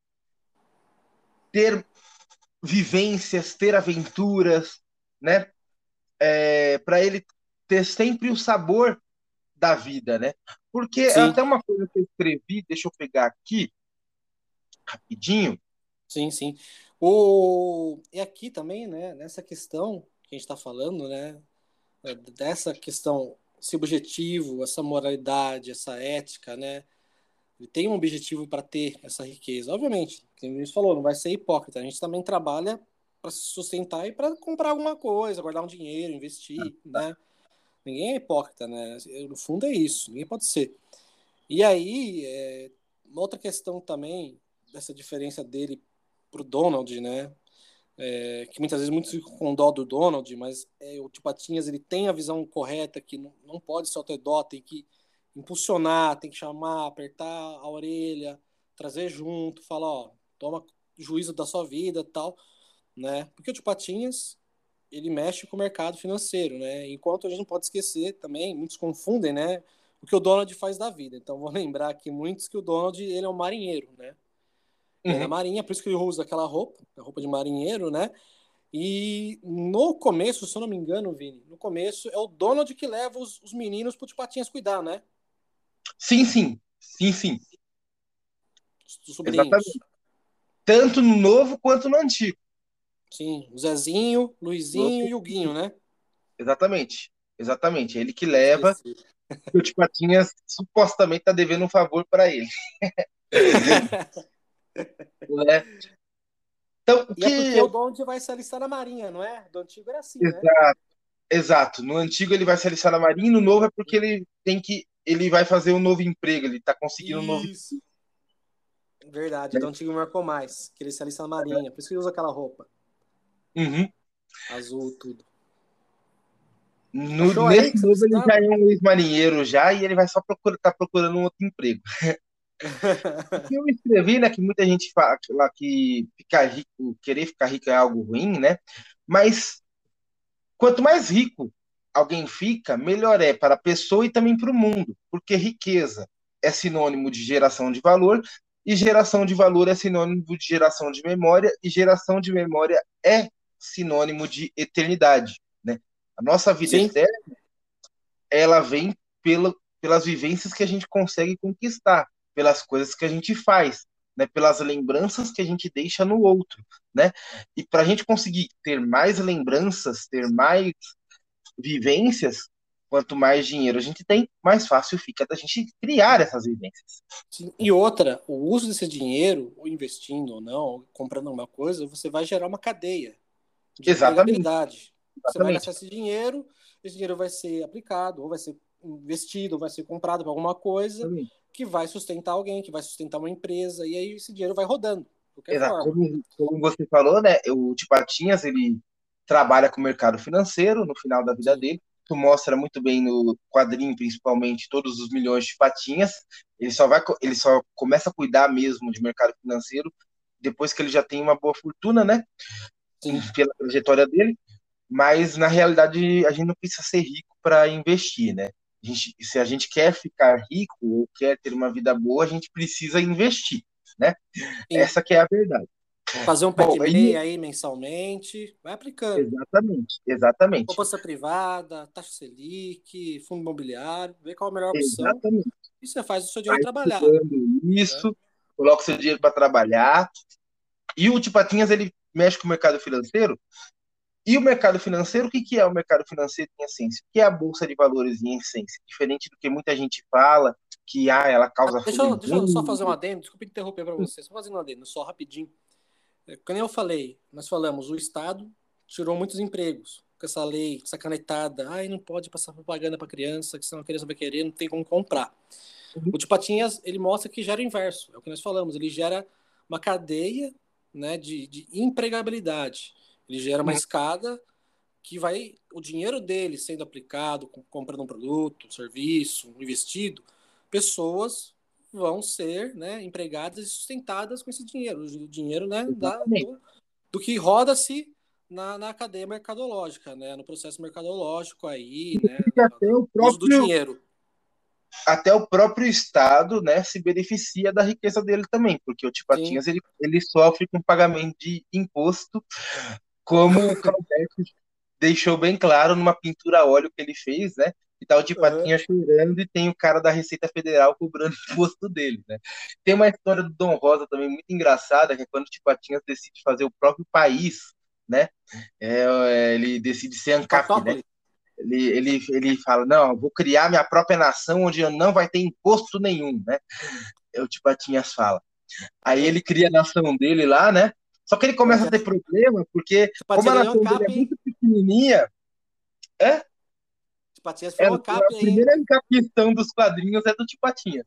ter vivências, ter aventuras, né? É, para ele ter sempre o sabor da vida, né? Porque é sim, até uma coisa que eu escrevi, deixa eu pegar aqui rapidinho. sim, sim. O... E aqui também, né, nessa questão que a gente está falando, né, dessa questão, esse objetivo, essa moralidade, essa ética, né, ele tem um objetivo para ter essa riqueza. Obviamente, como o Luiz falou, não vai ser hipócrita. A gente também trabalha para se sustentar e para comprar alguma coisa, guardar um dinheiro, investir, né? Ninguém é hipócrita, né? No fundo é isso, ninguém pode ser. E aí, é, uma outra questão também dessa diferença dele pro Donald, né? É, que muitas vezes muitos ficam com dó do Donald, mas é, o Tio Patinhas ele tem a visão correta que não, não pode só ter dó, tem que impulsionar, tem que chamar, apertar a orelha, trazer junto, falar, ó, toma juízo da sua vida, tal, né? Porque o Tio Patinhas ele mexe com o mercado financeiro, né? Enquanto a gente não pode esquecer também, muitos confundem, né? O que o Donald faz da vida. Então vou lembrar aqui muitos que o Donald ele é um marinheiro, né? Ele é da Uhum. marinha, por isso que ele usa aquela roupa, a roupa de marinheiro, né? E no começo, se eu não me engano, Vini, no começo é o Donald que leva os, os meninos pro Tio Patinhas cuidar, né? Sim, sim, sim, sim, Os, os exatamente. sobrinhos. Tanto no novo quanto no antigo. Sim, o Zezinho, Luizinho e o Guinho, né? Exatamente, exatamente. Ele que Eu leva, esqueci. que o Tio Patinhas supostamente tá devendo um favor para ele. Né? Então, o E é porque que. o Donald vai se alistar na marinha, não é? Do antigo era assim, né? Exato, exato. No antigo ele vai se alistar na Marinha, no novo é porque ele tem que. Ele vai fazer um novo emprego, ele tá conseguindo um novo Isso. Verdade, o do emprego. antigo marcou mais, que ele se alista na marinha, por isso que ele usa aquela roupa Né? Uhum. azul, tudo. No, Achou aí nesse que você novo ele já precisava? é um ex-marinheiro já e ele vai só procurar, tá procurando um outro emprego. O que eu escrevi, né, que muita gente fala lá que ficar rico, querer ficar rico é algo ruim, né? Mas quanto mais rico alguém fica, melhor é para a pessoa e também para o mundo, porque riqueza é sinônimo de geração de valor, e geração de valor é sinônimo de geração de memória, e geração de memória é sinônimo de eternidade, né? A nossa vida Sim, eterna, ela vem pela, pelas vivências que a gente consegue conquistar, pelas coisas que a gente faz, né? Pelas lembranças que a gente deixa no outro, né? E para a gente conseguir ter mais lembranças, ter mais vivências, quanto mais dinheiro a gente tem, mais fácil fica da gente criar essas vivências. sim. E outra, o uso desse dinheiro, ou investindo ou não, ou comprando alguma coisa, você vai gerar uma cadeia de Exatamente, empregabilidade. Você vai gastar exatamente. esse dinheiro, esse dinheiro vai ser aplicado, ou vai ser investido, ou vai ser comprado para alguma coisa exatamente. que vai sustentar alguém, que vai sustentar uma empresa, e aí esse dinheiro vai rodando, de qualquer Exato. forma. Como, como você falou, né? O Tipatinhas, ele trabalha com o mercado financeiro no final da vida Sim, dele. Tu mostra muito bem no quadrinho, principalmente, todos os milhões de patinhas. Ele só vai, ele só começa a cuidar mesmo de mercado financeiro depois que ele já tem uma boa fortuna, né? sim, Pela trajetória dele. Mas na realidade a gente não precisa ser rico para investir, né? A gente, se a gente quer ficar rico ou quer ter uma vida boa, a gente precisa investir, né? sim. Essa que é a verdade. Fazer um pé Bom, de meia aí mensalmente, vai aplicando. Exatamente, exatamente. Poupança privada, taxa Selic, fundo imobiliário, vê qual é a melhor opção Exatamente. e você faz o seu Vai dinheiro trabalhar. estudando Né? isso, coloca o seu dinheiro para trabalhar. E o Tio Patinhas, ele mexe com o mercado financeiro. E o mercado financeiro, o que, que é o mercado financeiro em essência? O que é a Bolsa de Valores em essência? Diferente do que muita gente fala, que ah, ela Ah, causa deixa, fundo eu, de deixa eu só mundo. fazer um adendo, desculpa interromper para você, só fazendo um adendo, só rapidinho. Como eu falei, nós falamos, o Estado tirou muitos empregos com essa lei, essa canetada. Ai, não pode passar propaganda para criança, que senão a criança vai querer, não tem como comprar. O Tio Patinhas, ele mostra que gera o inverso, é o que nós falamos, ele gera uma cadeia, né, de, de empregabilidade. Ele gera uma escada que vai, o dinheiro dele sendo aplicado, comprando um produto, um serviço, um investido, pessoas vão ser, né, empregadas e sustentadas com esse dinheiro, o dinheiro, né, da, do, do que roda-se na, na cadeia mercadológica, né, no processo mercadológico aí, né, até o próprio, uso do dinheiro. Até o próprio Estado, né, se beneficia da riqueza dele também, porque o Tio Patinhas, ele, ele sofre com pagamento de imposto, como o Caldex deixou bem claro numa pintura a óleo que ele fez, né? E tá o Tio Patinhas uhum. chorando e tem o cara da Receita Federal cobrando o imposto dele, né? Tem uma história do Dom Rosa também muito engraçada, que é quando o Tio Patinhas decide fazer o próprio país, né? É, ele decide ser ANCAP, né? Ele, ele, ele fala, não, vou criar minha própria nação onde não vai ter imposto nenhum, né? O Tio Patinhas fala. Aí ele cria a nação dele lá, né? Só que ele começa a ter problema, porque como a nação dele é muito pequenininha... É? Tio Patinhas foi é, um ANCAP a primeira encapição dos quadrinhos é do Tio Patinhas.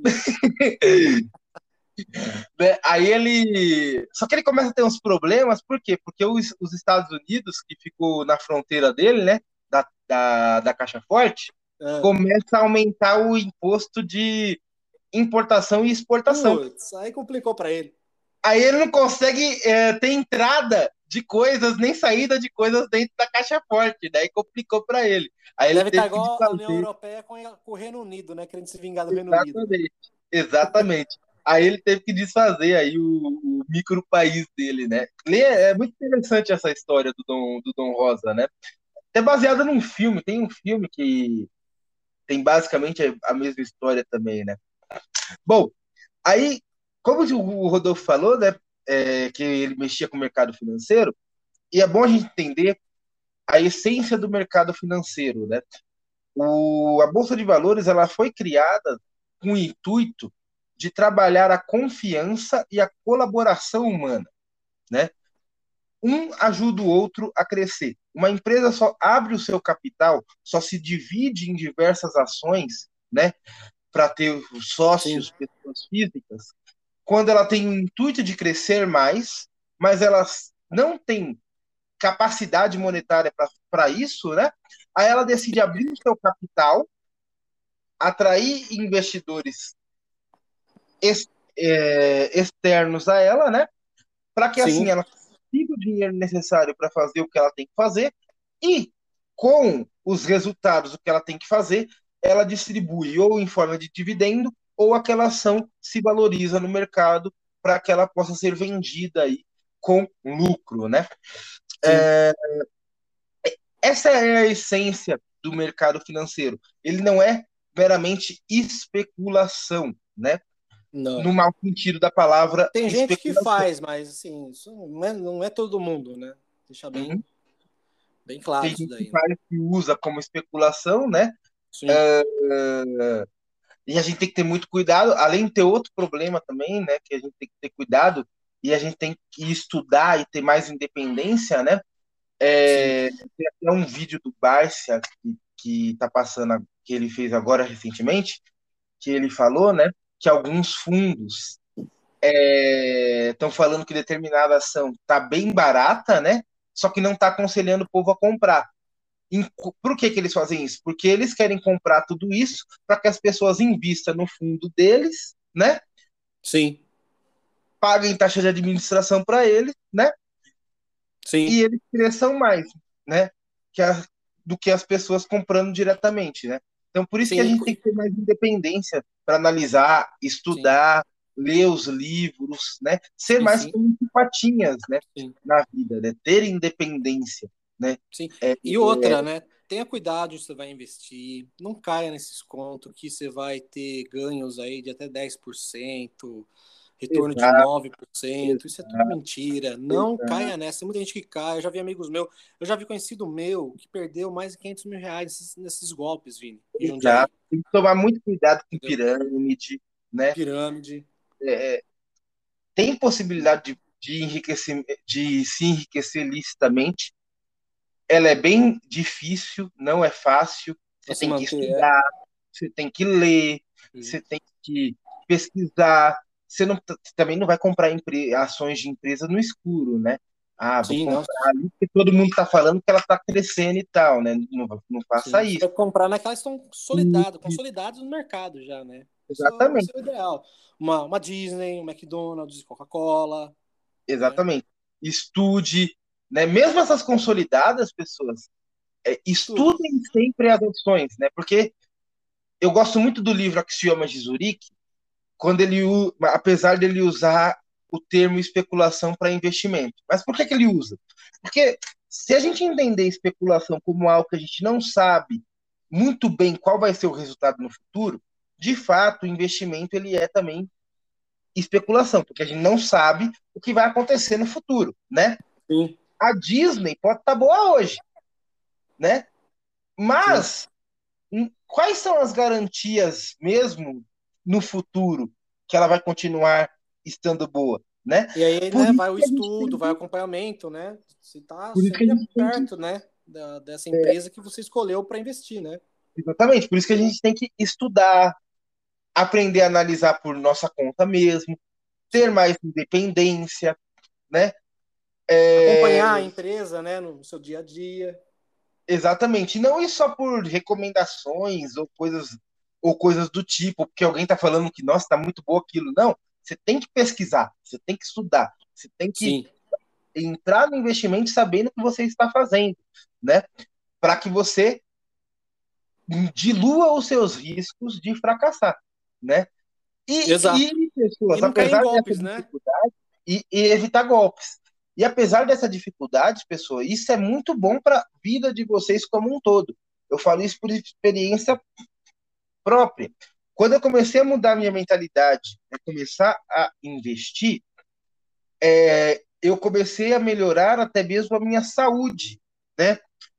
Né? Aí ele... Só que ele começa a ter uns problemas, por quê? Porque os, os Estados Unidos, que ficou na fronteira dele, né? Da, da, da Caixa Forte, é. começa a aumentar o imposto de importação e exportação. Putz, aí complicou para ele. Aí ele não consegue é, ter entrada de coisas, nem saída de coisas dentro da Caixa Forte, daí complicou para ele. Aí ele Deve estar igual a União Europeia com o Reino Unido, né? Querendo se vingar do Reino Unido. Exatamente, exatamente. Aí ele teve que desfazer aí o, o micro país dele, né? É muito interessante essa história do Dom, do Dom Rosa, né? É baseada num filme, tem um filme que tem basicamente a mesma história também, né? Bom, aí, como o Rodolfo falou, né, é, que ele mexia com o mercado financeiro, e é bom a gente entender a essência do mercado financeiro, né? O, a Bolsa de Valores, ela foi criada com o intuito de trabalhar a confiança e a colaboração humana, né? Um ajuda o outro a crescer. Uma empresa só abre o seu capital, só se divide em diversas ações, né, para ter sócios, Sim. pessoas físicas, quando ela tem o intuito de crescer mais, mas elas não têm capacidade monetária para isso, né? Aí ela decide abrir o seu capital, atrair investidores ex, é, externos a ela, né? Para que Sim. assim ela consiga o dinheiro necessário para fazer o que ela tem que fazer e com os resultados do que ela tem que fazer, ela distribui ou em forma de dividendo ou aquela ação se valoriza no mercado para que ela possa ser vendida aí com lucro, né? É, essa é a essência do mercado financeiro. Ele não é meramente especulação, né? Não. No mau sentido da palavra. Tem gente que faz, mas assim, isso não é, não é todo mundo, né? Deixa bem, uhum. bem claro Tem isso daí. Tem gente né? que usa como especulação, né? Sim. Uh, e a gente tem que ter muito cuidado, além de ter outro problema também, né? Que a gente tem que ter cuidado e a gente tem que estudar e ter mais independência, né? É, tem até um vídeo do Barcia que, que tá passando, que ele fez agora recentemente, que ele falou, né? Que alguns fundos estão é, falando que determinada ação está bem barata, né? Só que não está aconselhando o povo a comprar. E por que, que eles fazem isso? Porque eles querem comprar tudo isso para que as pessoas invistam no fundo deles, né? Sim. Paguem taxa de administração para eles, né? Sim. E eles cresçam mais, né? Que a, do que as pessoas comprando diretamente, né? Então, por isso Sim. que a gente tem que ter mais independência para analisar, estudar, Sim. ler os livros, né? Ser Sim, mais sim, como um patinhas, né? sim, Na vida, né? Ter independência, né? sim. É, E outra, né? Tenha cuidado onde você vai investir. Não caia nesses contos que você vai ter ganhos aí de até dez por cento, retorno de exato, nove por cento. Isso é tudo exato, mentira. Não exato, caia nessa. Tem muita gente que cai. Eu já vi amigos meus, eu já vi conhecido meu que perdeu mais de quinhentos mil reais nesses, nesses golpes, Vini, em exato. Jundiaí. Tem que tomar muito cuidado com Entendeu? pirâmide, né? Pirâmide. É, tem possibilidade de, de enriquecer, de se enriquecer licitamente. Ela é bem difícil, não é fácil. Para Você se tem que manter, é. estudar, você tem que ler, Sim. você tem que pesquisar. Você não, também não vai comprar empre, ações de empresa no escuro, né? Ah, vou Sim, não. comprar ali porque todo mundo está falando que ela está crescendo e tal, né? Não, não faça Sim. Você isso. vai comprar naquelas que estão consolidadas, consolidadas no mercado já, né? Isso é o Exatamente, seu ideal. Uma, uma Disney, um McDonald's, Coca-Cola, né? exatamente. Estude, né? Mesmo essas consolidadas, pessoas, é, Estude. estudem sempre as opções, né? Porque eu gosto muito do livro Axiomas de Zurique, quando ele, apesar dele usar o termo especulação para investimento. Mas por que, que ele usa? Porque se a gente entender especulação como algo que a gente não sabe muito bem qual vai ser o resultado no futuro, de fato, o investimento ele é também especulação, porque a gente não sabe o que vai acontecer no futuro, né? Sim, A Disney pode estar boa hoje, né? sim. Mas quais são as garantias mesmo no futuro que ela vai continuar estando boa, né? E aí, Por né, isso vai o que a gente estudo, tem vai o que, acompanhamento, né? Você tá por isso que a sempre gente tem que perto, né, da, dessa é, empresa que você escolheu para investir, né? exatamente, por isso que a gente tem que estudar, aprender a analisar por nossa conta mesmo, ter Sim. mais independência, né? É, Acompanhar a empresa, né, no seu dia a dia. exatamente, e não ir só por recomendações ou coisas ou coisas do tipo, porque alguém está falando que nossa, está muito boa aquilo. Não, você tem que pesquisar, você tem que estudar, você tem que Sim, entrar no investimento sabendo o que você está fazendo, né? Para que você dilua os seus riscos de fracassar, né? E, exato. e E pessoas, não cair em apesar dessa golpes, né? dificuldade, e, e evitar golpes. E apesar dessa dificuldade, pessoas, isso é muito bom para a vida de vocês como um todo. Eu falo isso por experiência própria. Quando eu comecei a mudar minha mentalidade, a começar a investir, é, eu comecei a melhorar até mesmo a minha saúde, né?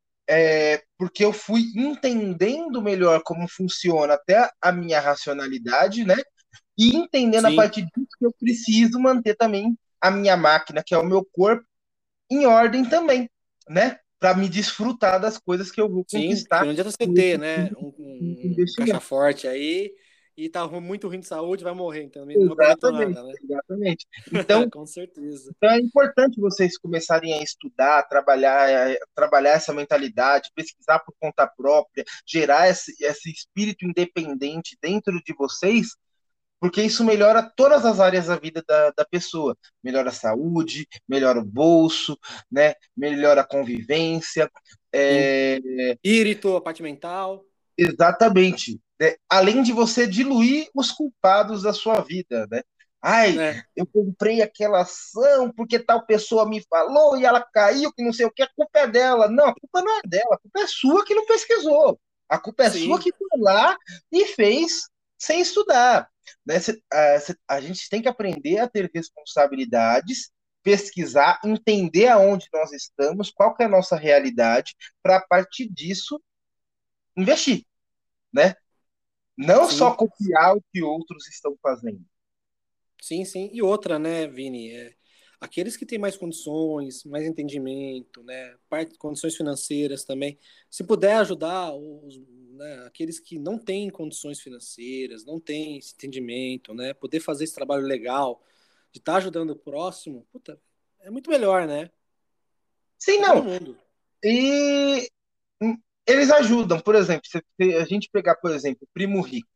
É, porque eu fui entendendo melhor como funciona até a minha racionalidade, né? E entendendo a Sim, partir disso que eu preciso manter também a minha máquina, que é o meu corpo, em ordem também, né? Para me desfrutar das coisas que eu vou sim, porque conquistar não adianta você com ter, esse né, tipo um, de um- um caixa investimento. forte aí e tá ru- muito ruim de saúde, vai morrer, então não aproveitou Exatamente, nada, né? exatamente. Então, Com certeza. então é importante vocês começarem a estudar, trabalhar, eh, trabalhar essa mentalidade, pesquisar por conta própria, gerar esse, esse espírito independente dentro de vocês, porque isso melhora todas as áreas da vida da, da pessoa. Melhora a saúde, melhora o bolso, né? Melhora a convivência. Sim. É, Espírito, a parte mental, exatamente. Né? Além de você diluir os culpados da sua vida, né? Ai, né? eu comprei aquela ação porque tal pessoa me falou e ela caiu, que não sei o que, a culpa é dela. Não, a culpa não é dela, a culpa é sua que não pesquisou. A culpa é sua Sim, que foi lá e fez sem estudar. Né? Cê, a, cê, a gente tem que aprender a ter responsabilidades, pesquisar, entender aonde nós estamos, qual que é a nossa realidade, para a partir disso investir, né? Não só sim, copiar o que outros estão fazendo. sim, sim. E outra, né, Vini? É, aqueles que têm mais condições, mais entendimento, né? Parte, condições financeiras também. Se puder ajudar os, né, aqueles que não têm condições financeiras, não têm esse entendimento, né? Poder fazer esse trabalho legal, de estar ajudando o próximo, puta, é muito melhor, né? Sim, Para todo não. mundo. E hum, eles ajudam, por exemplo, se se a gente pegar, por exemplo, o Primo Rico,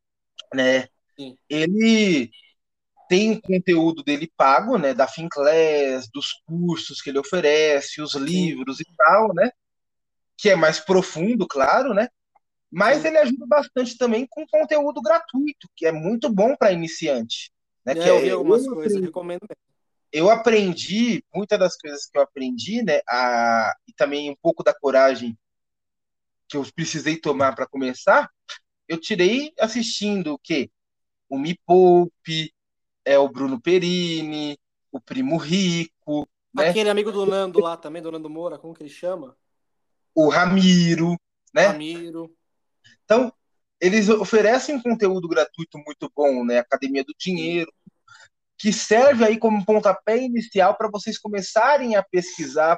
né? Sim, Ele tem o conteúdo dele pago, né? Da Finclass, dos cursos que ele oferece, os sim, livros e tal, né? Que é mais profundo, claro, né? Mas sim, ele ajuda bastante também com conteúdo gratuito, que é muito bom para iniciante, né? Que É, eu vi é, algumas eu coisas, aprendi, recomendo mesmo. eu aprendi, muitas das coisas que eu aprendi, né? A, e também um pouco da coragem que eu precisei tomar para começar, eu tirei assistindo o quê? O Me Poupe, é o Bruno Perini, o Primo Rico, né? Aquele amigo do Nando lá também, do Nando Moura, como que ele chama? O Ramiro, né? Ramiro. Então, eles oferecem um conteúdo gratuito muito bom, né? Academia do Sim, Dinheiro, que serve aí como pontapé inicial para vocês começarem a pesquisar,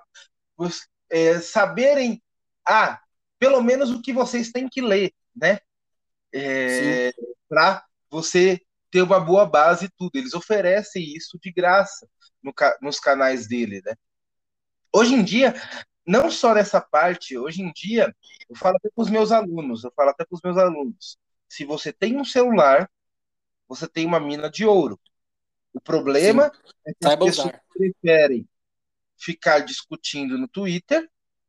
é, saberem, ah, pelo menos o que vocês têm que ler, né? sim. É, para você ter uma boa base e tudo. Eles oferecem isso de graça no, nos canais dele, né? Hoje em dia, não só nessa parte, hoje em dia, eu falo até para os meus alunos, eu falo até para os meus alunos, se você tem um celular, você tem uma mina de ouro. O Sim. problema é que as Saiba pessoas usar. preferem ficar discutindo no Twitter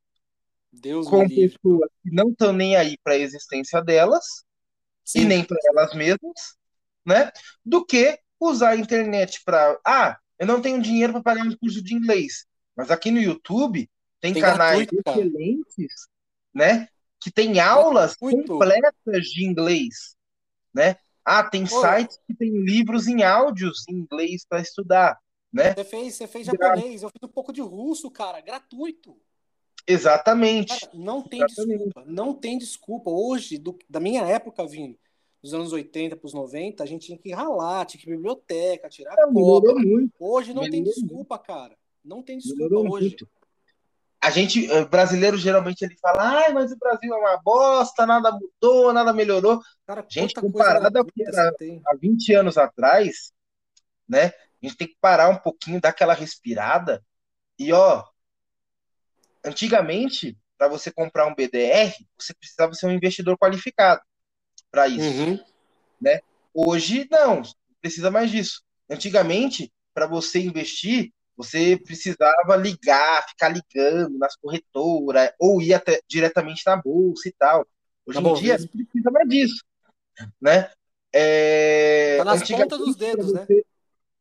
Deus me com livre. pessoas que não estão nem aí para a existência delas e Sim. nem para elas mesmas, né? Do que usar a internet para, ah, eu não tenho dinheiro para pagar um curso de inglês, mas aqui no YouTube tem Tem canais gratuito, cara. excelentes, né? Que tem aulas Gratuito. completas de inglês, né? Ah, tem Ô, sites que tem livros em áudios em inglês para estudar, né? você fez, você fez japonês, eu fiz um pouco de russo, cara. Gratuito. Exatamente, Cara, não tem exatamente. desculpa. Não tem desculpa. Hoje, do- da minha época, vindo dos anos oitenta para os noventa, a gente tinha que ralar, tinha que ir em biblioteca, tirar Não, melhorou cópia. muito, Hoje não tem melhorou muito, desculpa, cara. Não tem desculpa melhorou hoje. muito. A gente, eh, brasileiro, geralmente ele fala, ai, mas o Brasil é uma bosta, nada mudou, nada melhorou. Cara, Gente, quanta coisa comparado ao que gratuita você era tem. há vinte anos atrás, né? A gente tem que parar um pouquinho, dar aquela respirada. E, ó, antigamente, para você comprar um B D R, você precisava ser um investidor qualificado para isso, Uhum. né? Hoje, não, não precisa mais disso. Antigamente, para você investir, você precisava ligar, ficar ligando nas corretoras, ou ir até diretamente na bolsa e tal. Na Hoje em dia, não Bovespa. precisa mais disso, né? É, Tá nas pontas dos antigamente, para dedos, né? você.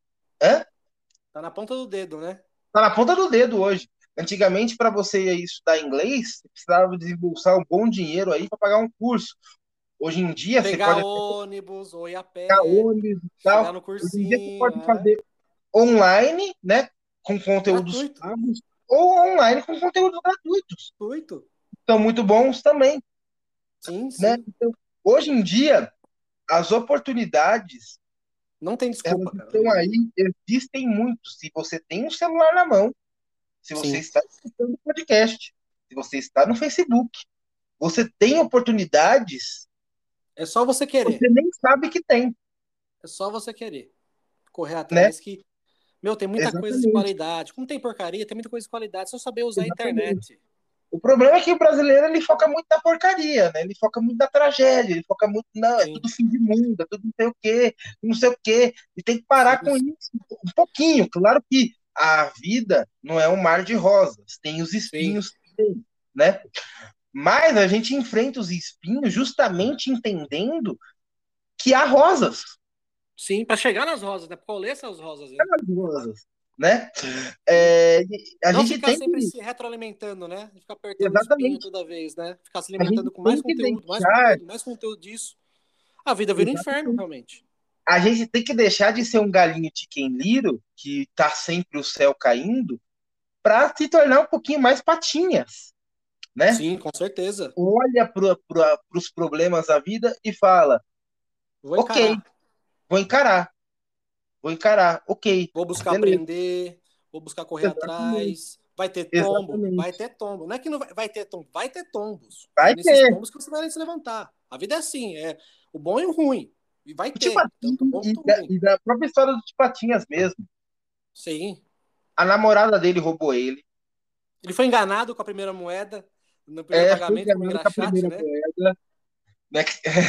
Hã? Tá na ponta do dedo, né? Tá na ponta do dedo hoje. Antigamente, para você ir estudar inglês, você precisava desembolsar um bom dinheiro aí para pagar um curso. Hoje em dia, você Pegar pode até ônibus ou ir a pegar pé, ônibus e chegar tal. no Hoje em dia, você cursinho, pode é fazer online, né, com conteúdos gratuito. pagos, ou online com conteúdos gratuitos. Gratuito. São muito bons também, Sim, né? sim. Então, hoje em dia, as oportunidades, Não tem elas desculpa, cara. estão aí, existem muito. Se você tem um celular na mão, se você Sim. está escutando podcast, se você está no Facebook, você tem oportunidades É só você que querer. você nem sabe que tem, É só você querer. Correr né? atrás que, meu, tem muita coisa de Exatamente, qualidade. Como tem porcaria, tem muita coisa de qualidade. É só saber usar a exatamente. internet. O problema é que o brasileiro ele foca muito na porcaria, né? Ele foca muito na tragédia, ele foca muito na é Sim. tudo fim de mundo, é tudo não sei o quê, não sei o quê. E tem que parar Sim. com isso um pouquinho. Claro que a vida não é um mar de rosas, tem os Sim. espinhos, tem, né? Mas a gente enfrenta os espinhos justamente entendendo que há rosas, Sim, para chegar nas rosas, né? Pra colher essas rosas ainda. há rosas, né? Sim. É, a Não gente ficar tem sempre que, se retroalimentando, né? Ficar apertando o espinho exatamente, toda vez, né? Ficar se a gente alimentando com mais tem que conteúdo, mais deixar, conteúdo, mais conteúdo disso. A vida vira um inferno, exatamente, realmente. a gente tem que deixar de ser um galinho chicken little, que tá sempre o céu caindo, para se tornar um pouquinho mais patinhas, né? Sim, com certeza. Olha para pro, os problemas da vida e fala: Vou ok, encarar. vou encarar, vou encarar, ok, Vou buscar beleza, aprender, vou buscar correr exatamente, atrás. Vai ter tombo? Vai exatamente. ter tombo. Não é que não vai, vai ter tombo, vai ter tombos. E é Vai nesses ter. tombos que você vai se levantar. A vida é assim, é o bom e o ruim. E vai O ter, Tipatinho tanto bom e quanto da, ruim. e da própria história do Tipatinhas mesmo. Sim. A namorada dele roubou ele. Ele foi enganado com a primeira moeda no primeiro É, foi pagamento com o enganado com a engraxate, primeira né? moeda. Né?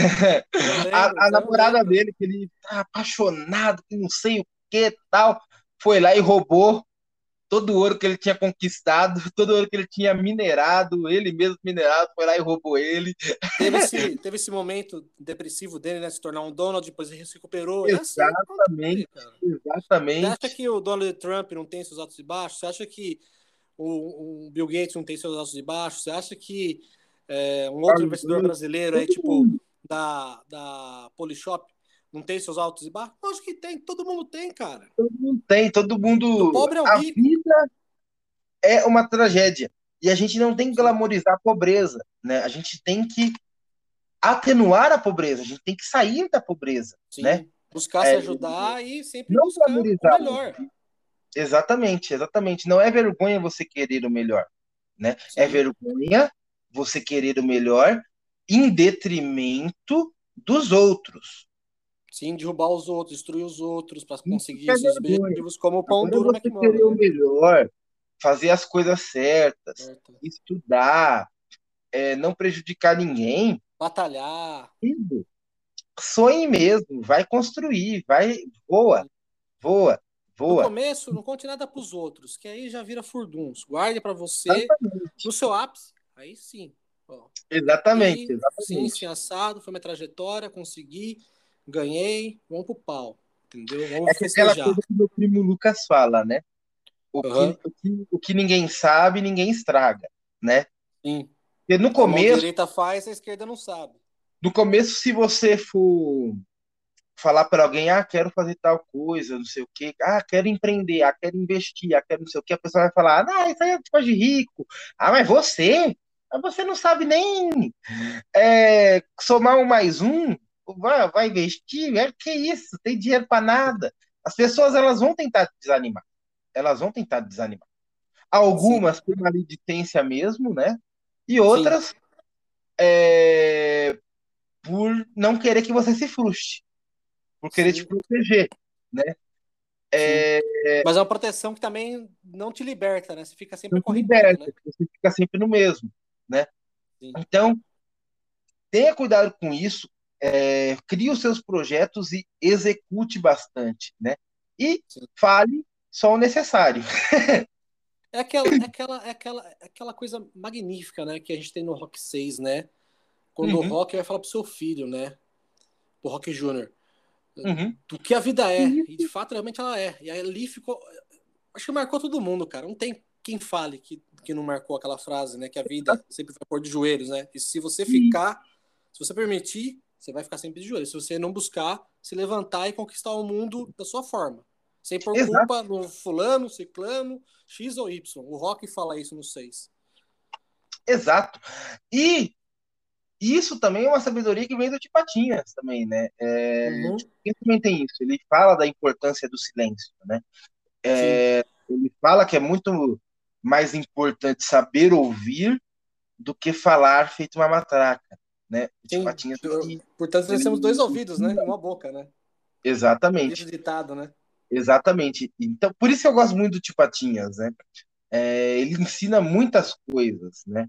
Eu lembro, A, a eu namorada lembro. dele, que ele tá apaixonado, que não sei o que tal, foi lá e roubou todo o ouro que ele tinha conquistado, todo o ouro que ele tinha minerado, ele mesmo minerado, foi lá e roubou ele. Teve esse, teve esse momento depressivo dele, né? Se tornar um Donald, depois ele se recuperou. É assim, pronto, Exatamente, cara. Você acha exatamente. que o Donald Trump não tem seus altos e baixos? Você acha que o, o Bill Gates não tem seus altos e baixos? Você acha que é, um outro investidor brasileiro aí, tipo, da, da Polishop, não tem seus altos e baixos? Eu acho que tem, todo mundo tem, cara. Todo mundo tem, todo Do mundo. pobre ao A rico. vida é uma tragédia. E a gente não tem que glamorizar a pobreza, né? A gente tem que atenuar a pobreza, a gente tem que sair da pobreza, Sim. né? Buscar É, se ajudar e sempre não buscar o glamorizar. melhor. Exatamente, exatamente. Não é vergonha você querer o melhor, né? Sim. É vergonha você querer o melhor em detrimento dos outros. Sim, derrubar os outros, destruir os outros para conseguir é seus vergonha. objetivos, como o pão Agora duro você querer McMullen, o né? melhor, fazer as coisas certas, Certo. estudar, é, não prejudicar ninguém, Batalhar. tudo. Sonhe mesmo, vai construir, vai, voa, Sim. voa, No voa. começo, não conte nada para os outros, que aí já vira furduns. Guarde para você, Exatamente, no seu ápice, aí sim. Ó, exatamente, aqui, sim, sim, exatamente. assado, foi minha trajetória, consegui, ganhei, vamos pro pau, entendeu? É Vamos aquela festejar. coisa que meu primo Lucas fala, né? O Uhum. que, o que, o que ninguém sabe, ninguém estraga, né? Sim. Porque no A mão começo, direita faz, a esquerda não sabe. no começo, se você for falar para alguém, ah, quero fazer tal coisa, não sei o quê, ah, quero empreender, ah, quero investir, ah, quero não sei o quê, a pessoa vai falar, ah, isso aí é coisa de rico. Ah, mas você? Mas você não sabe nem é, somar um mais um, vai, vai investir? É, que isso? Tem dinheiro para nada. As pessoas, elas vão tentar desanimar. Elas vão tentar desanimar. Sim, Algumas por maledicência mesmo, né? E sim, outras é, por não querer que você se frustre, por querer te sim, proteger, né? sim. É, Mas é uma proteção que também não te liberta, né? Você fica sempre não se acorrentado, liberta, né? você fica sempre no mesmo, né? Sim, Então, tenha cuidado com isso, é, crie os seus projetos e execute bastante, né? E sim. fale só o necessário. É aquela, é aquela, é aquela, é aquela coisa magnífica, né? Que a gente tem no Rock seis, né? Quando o Uhum, Rock vai falar pro seu filho, né? Do Rock Júnior uhum. do que a vida é. E de Isso, fato, realmente ela é. E aí ali ficou. Acho que marcou todo mundo, cara. Não tem quem fale que, que não marcou aquela frase, né? Que a vida sempre vai pôr de joelhos, né? E se você isso. ficar, se você permitir, você vai ficar sempre de joelhos. Se você não buscar, se levantar e conquistar o mundo da sua forma. Sem pôr Exato, culpa no fulano, ciclano, X ou Y. O Rock fala isso no seis. exato. E isso também é uma sabedoria que vem do Tipatinhas também, né? É, Uhum. Tipatinhas também tem isso. Ele fala da importância do silêncio, né? Sim. Ele fala que é muito mais importante saber ouvir do que falar feito uma matraca, né? O Sim. Tipatinhas, ele, Portanto, nós temos dois ele... ouvidos, né? E uma boca, né? Diz o Exatamente, ditado, né? exatamente. Então, por isso que eu gosto muito do Tipatinhas, né? É, ele ensina muitas coisas, né?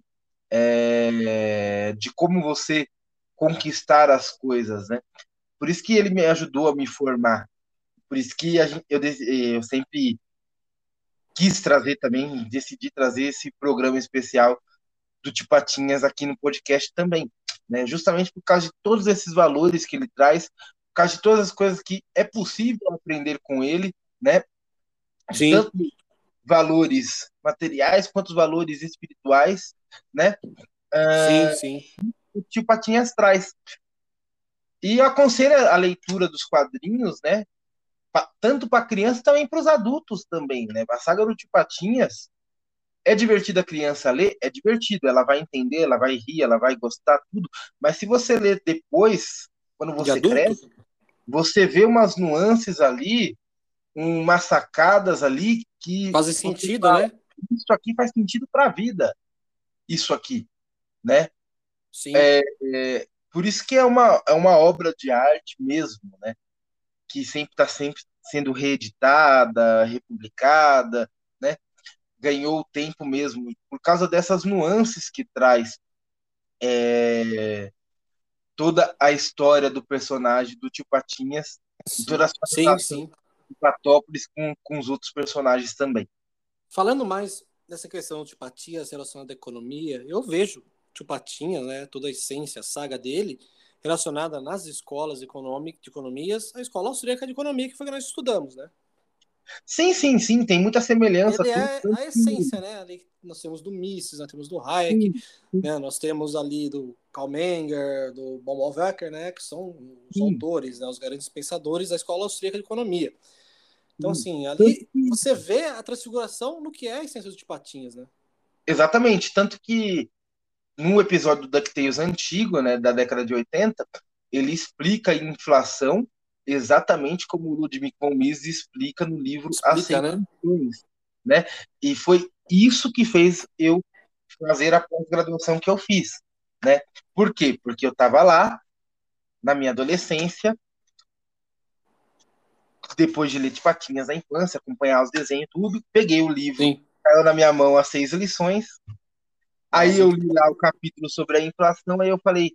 É, de como você conquistar as coisas, né? Por isso que ele me ajudou a me formar. Por isso que a gente, eu, eu sempre quis trazer também, decidi trazer esse programa especial do Tipatinhas aqui no podcast também, né? Justamente por causa de todos esses valores que ele traz, por causa de todas as coisas que é possível aprender com ele, né? Sim. Tanto valores materiais quanto os valores espirituais, né? Sim, sim. O Tipatinhas traz. E eu aconselho a leitura dos quadrinhos, né? Tanto para criança também para os adultos também, né? A saga do Tio Patinhas é divertida a criança ler, é divertido, ela vai entender, ela vai rir, ela vai gostar tudo, mas se você ler depois, quando De você adulto? cresce, você vê umas nuances ali, umas sacadas ali que Faz você sentido, fala, né? isso aqui faz sentido para a vida, isso aqui, né? Sim. É, por isso que é uma, é uma obra de arte mesmo, né? Que sempre está sempre sendo reeditada, republicada, né? Ganhou o tempo mesmo por causa dessas nuances que traz é, toda a história do personagem do Tio Patinhas e toda a Sim, sua sim, relação sim. de Patópolis com, com os outros personagens também. Falando mais dessa questão de Tio Patinhas relacionada à economia, eu vejo Tio Patinhas, né, toda a essência, a saga dele, relacionada nas escolas econômicas, de economias, a escola austríaca de economia, que foi que nós estudamos, né? Sim, sim, sim, tem muita semelhança. Ele Tudo, é tanto a que- essência, né? Ali nós temos do Mises, nós temos do Hayek, sim, sim, né? Nós temos ali do Karl Menger, do Baumgartner, né? Que são os sim, autores, né? Os grandes pensadores da escola austríaca de economia. Então, sim. assim, Tanto ali que- você vê a transfiguração no que é a essência do Tio Patinhas, né? exatamente, tanto que no episódio do DuckTales antigo, né, da década de oitenta, ele explica a inflação exatamente como o Ludwig von Mises explica no livro As Explica, Seis né? Lições, né? E foi isso que fez eu fazer a pós-graduação que eu fiz, né? Por quê? Porque eu estava lá na minha adolescência, depois de ler de Patinhas na infância, acompanhar os desenhos, tudo, peguei o livro, Sim. caiu na minha mão As Seis Lições, É, aí eu muito li bom. lá o capítulo sobre a inflação, aí eu falei,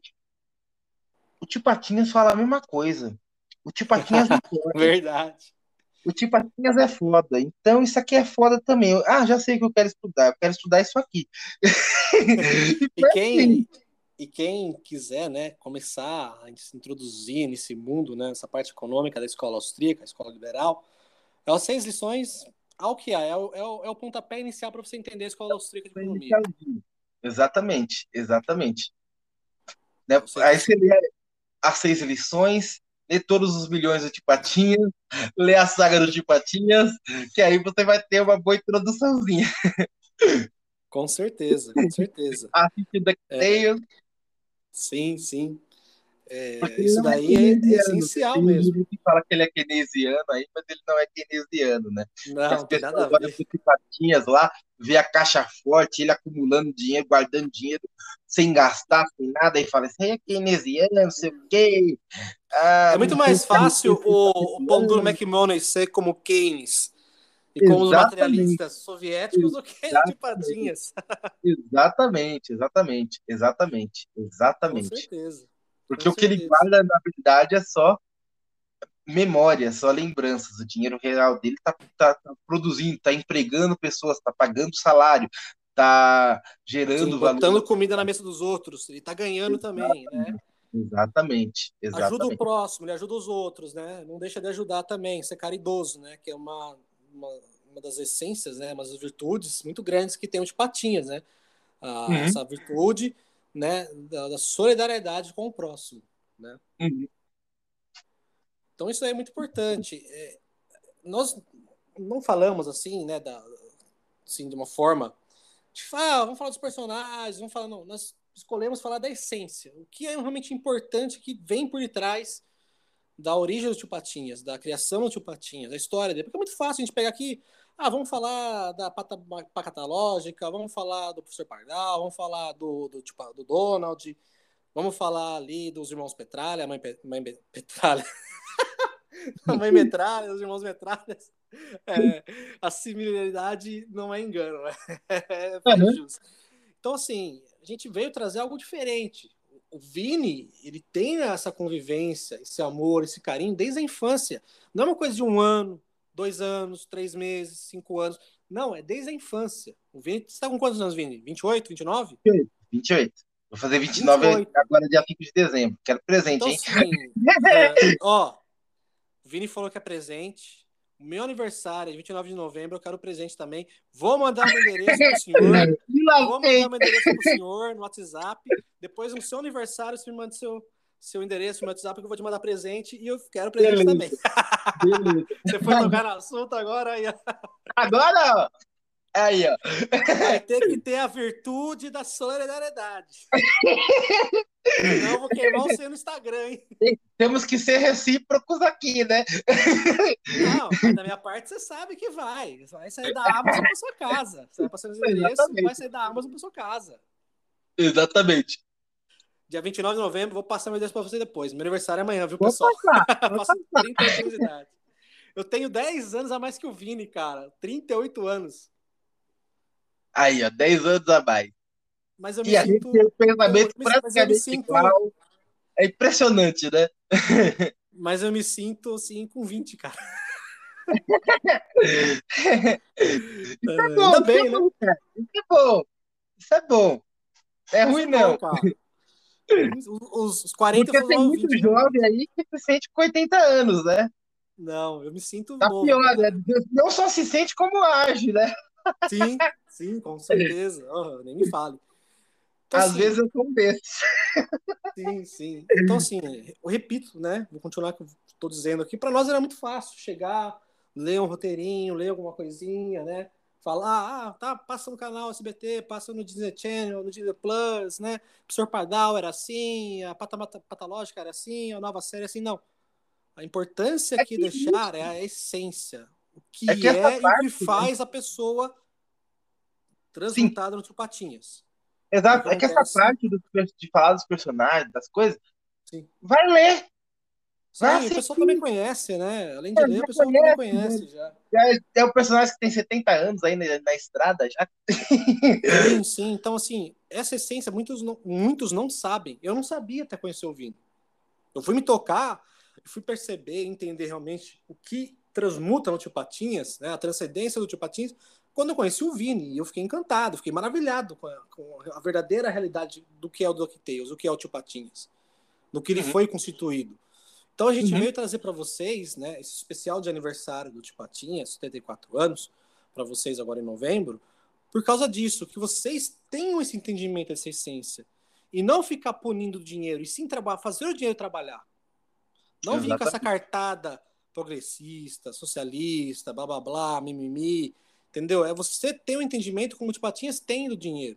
o Tio Patinhas fala a mesma coisa. O Tio Patinhas é foda. Verdade. O Tio Patinhas é foda. Então isso aqui é foda também. Eu, ah, já sei o que eu quero estudar. Eu quero estudar isso aqui. E E foi assim. quem, e quem quiser, né, começar a se introduzir nesse mundo, né, nessa parte econômica da escola austríaca, a escola liberal, é as seis lições ao que há, é o, é o, é o pontapé inicial para você entender a escola austríaca de Foi economia. inicialzinho. Exatamente, exatamente. Né? É o seis Aí você lições. lê as seis lições, lê todos os milhões do Tio Patinhas, lê a saga do Tio Patinhas, que aí você vai ter uma boa introduçãozinha. Com certeza, com certeza. Assiste É, DuckTales, sim, sim. porque É, ele isso não é daí é, é keynesiano, né? essencial Tem um mesmo. livro que fala que ele é keynesiano aí, mas ele não é keynesiano, né? Que as Não, tem nada pessoas a olham ver. para patinhas lá, vê a caixa forte, ele acumulando dinheiro, guardando dinheiro, sem gastar, sem nada, e fala assim, é keynesiano, não sei o quê. Ah, É muito mais fácil o, o pão duro McMoney ser como Keynes e como os exatamente, materialistas soviéticos do que de exatamente, Patinhas. exatamente, exatamente, exatamente, Com exatamente. certeza, com Porque o que ele certeza. guarda, na verdade, é só memória, só lembranças. O dinheiro real dele está tá, tá produzindo, está empregando pessoas, está pagando salário, está Sim, gerando valor. botando comida na mesa dos outros, ele tá ganhando também, né? Exatamente, Ajuda o exatamente. próximo, ele ajuda os outros, né? Não deixa de ajudar também, ser caridoso, né? Que é uma, uma, uma das essências, né? Uma das virtudes muito grandes que tem o de Patinhas, né? Ah, Uhum, essa virtude, né? Da, da solidariedade com o próximo, né? uhum. Então isso aí é muito importante. É, nós não falamos assim, né? Da, assim, de uma forma de ah, vamos falar dos personagens, vamos falar, não, nós escolhemos falar da essência, o que é realmente importante que vem por detrás da origem do Tio Patinhas, da criação do Tio Patinhas, da história dele, porque é muito fácil a gente pegar aqui, ah, vamos falar da pata, pacata lógica, vamos falar do professor Pardal, vamos falar do, do, do, do Donald, vamos falar ali dos irmãos Petralha, a mãe, Pe, mãe Petralha, a mãe Metralha, os irmãos Metralhas. É, a similaridade não é engano, é, é Uhum. justo. Então, assim, a gente veio trazer algo diferente. O Vini, ele tem essa convivência, esse amor, esse carinho desde a infância. Não é uma coisa de um ano, dois anos, três meses, cinco anos. Não, é desde a infância. O Vini, você está com quantos anos, Vini? vinte e oito, vinte e nove? vinte e oito. Vou fazer vinte e vinte e nove oito. agora, dia cinco de dezembro. Quero presente, Então, hein? assim, uh, ó, o Vini falou que é presente. O meu aniversário é vinte e nove de novembro, eu quero presente também. Vou mandar o meu endereço pro senhor. Me Vou mandar lasquei. o meu endereço pro senhor no WhatsApp. Depois, no seu aniversário, você me manda seu, seu endereço no WhatsApp que eu vou te mandar presente. E eu quero presente Beleza, também. beleza. Você foi tocar no assunto agora, aí Agora, ó. Aí, ó. vai ter que ter a virtude da solidariedade. Senão eu vou queimar você no Instagram, hein? Temos que ser recíprocos aqui, né? Não, mas da minha parte você sabe que vai. Vai sair da Amazon para sua casa. Você vai passando o endereço, vai Exatamente. sair da Amazon para sua casa. Exatamente. Dia vinte e nove de novembro, vou passar meu endereço para você depois. Meu aniversário é amanhã, viu, Vou pessoal? passar, vou Faço passar. trinta e oito anos de idade. Eu tenho dez anos a mais que o Vini, cara. trinta e oito anos. Aí, ó, dez anos a mais. Mas eu me E a gente tem sinto um pensamento com... Mas eu me praticamente sinto... igual. É impressionante, né? Mas eu me sinto, assim, com vinte, cara. Isso é É, bom, ainda isso é bem, né? bom, cara. Isso é bom. Isso é bom. É Isso ruim, é bom, não. cara. Os, os- os quarenta Porque foram tem aos muito vinte, né? jovem aí que se sente com oitenta anos, né? Não, eu me sinto Tá novo, pior, né? cara. Não só se sente como age, né? Sim, sim, com certeza. Oh, nem me fale. Então, Às assim, vezes eu sou um desses. sim, sim. Então, assim, eu repito, né? Vou continuar com o que eu estou dizendo aqui. Para nós era muito fácil chegar, ler um roteirinho, ler alguma coisinha, né? Falar, ah, tá, passa no canal S B T, passa no Disney Channel, no Disney Plus, né? O professor Pardal era assim, a Pata- Patológica era assim, a nova série é assim. Não. A importância É aqui que deixar é isso, a essência. O é que que essa é e o que parte, né? faz a pessoa Sim, transmutada no Tio Patinhas. E o que exato. É que essa acontece? parte do- de falar dos personagens, das coisas, Sim. vai ler, vai Sim, o pessoal também assistir. conhece, né? Além de É, ler, o já pessoal também conhece, né? conhece já. Já é, é o personagem que tem setenta anos aí na, na estrada já. Sim, sim. Então, assim, essa essência muitos não, muitos não sabem. Eu não sabia até conhecer o Vini. Eu fui me tocar, fui perceber, entender realmente o que transmuta no Tio Patinhas, né? A transcendência do Tio Patinhas, quando eu conheci o Vini. E eu fiquei encantado, fiquei maravilhado com a, com a verdadeira realidade do que é o DuckTales, o que é o Tio Patinhas, do que ele Uhum, foi constituído. Então a gente uhum. veio trazer para vocês, né, esse especial de aniversário do Tio Patinhas, setenta e quatro anos, para vocês agora em novembro, por causa disso, que vocês tenham esse entendimento, essa essência. E não ficar punindo o dinheiro, e sim trabalhar, fazer o dinheiro trabalhar. Não vir com essa Exatamente, cartada progressista, socialista, blá blá blá, mimimi, entendeu? É você ter um entendimento como o Tio Patinhas tem do dinheiro.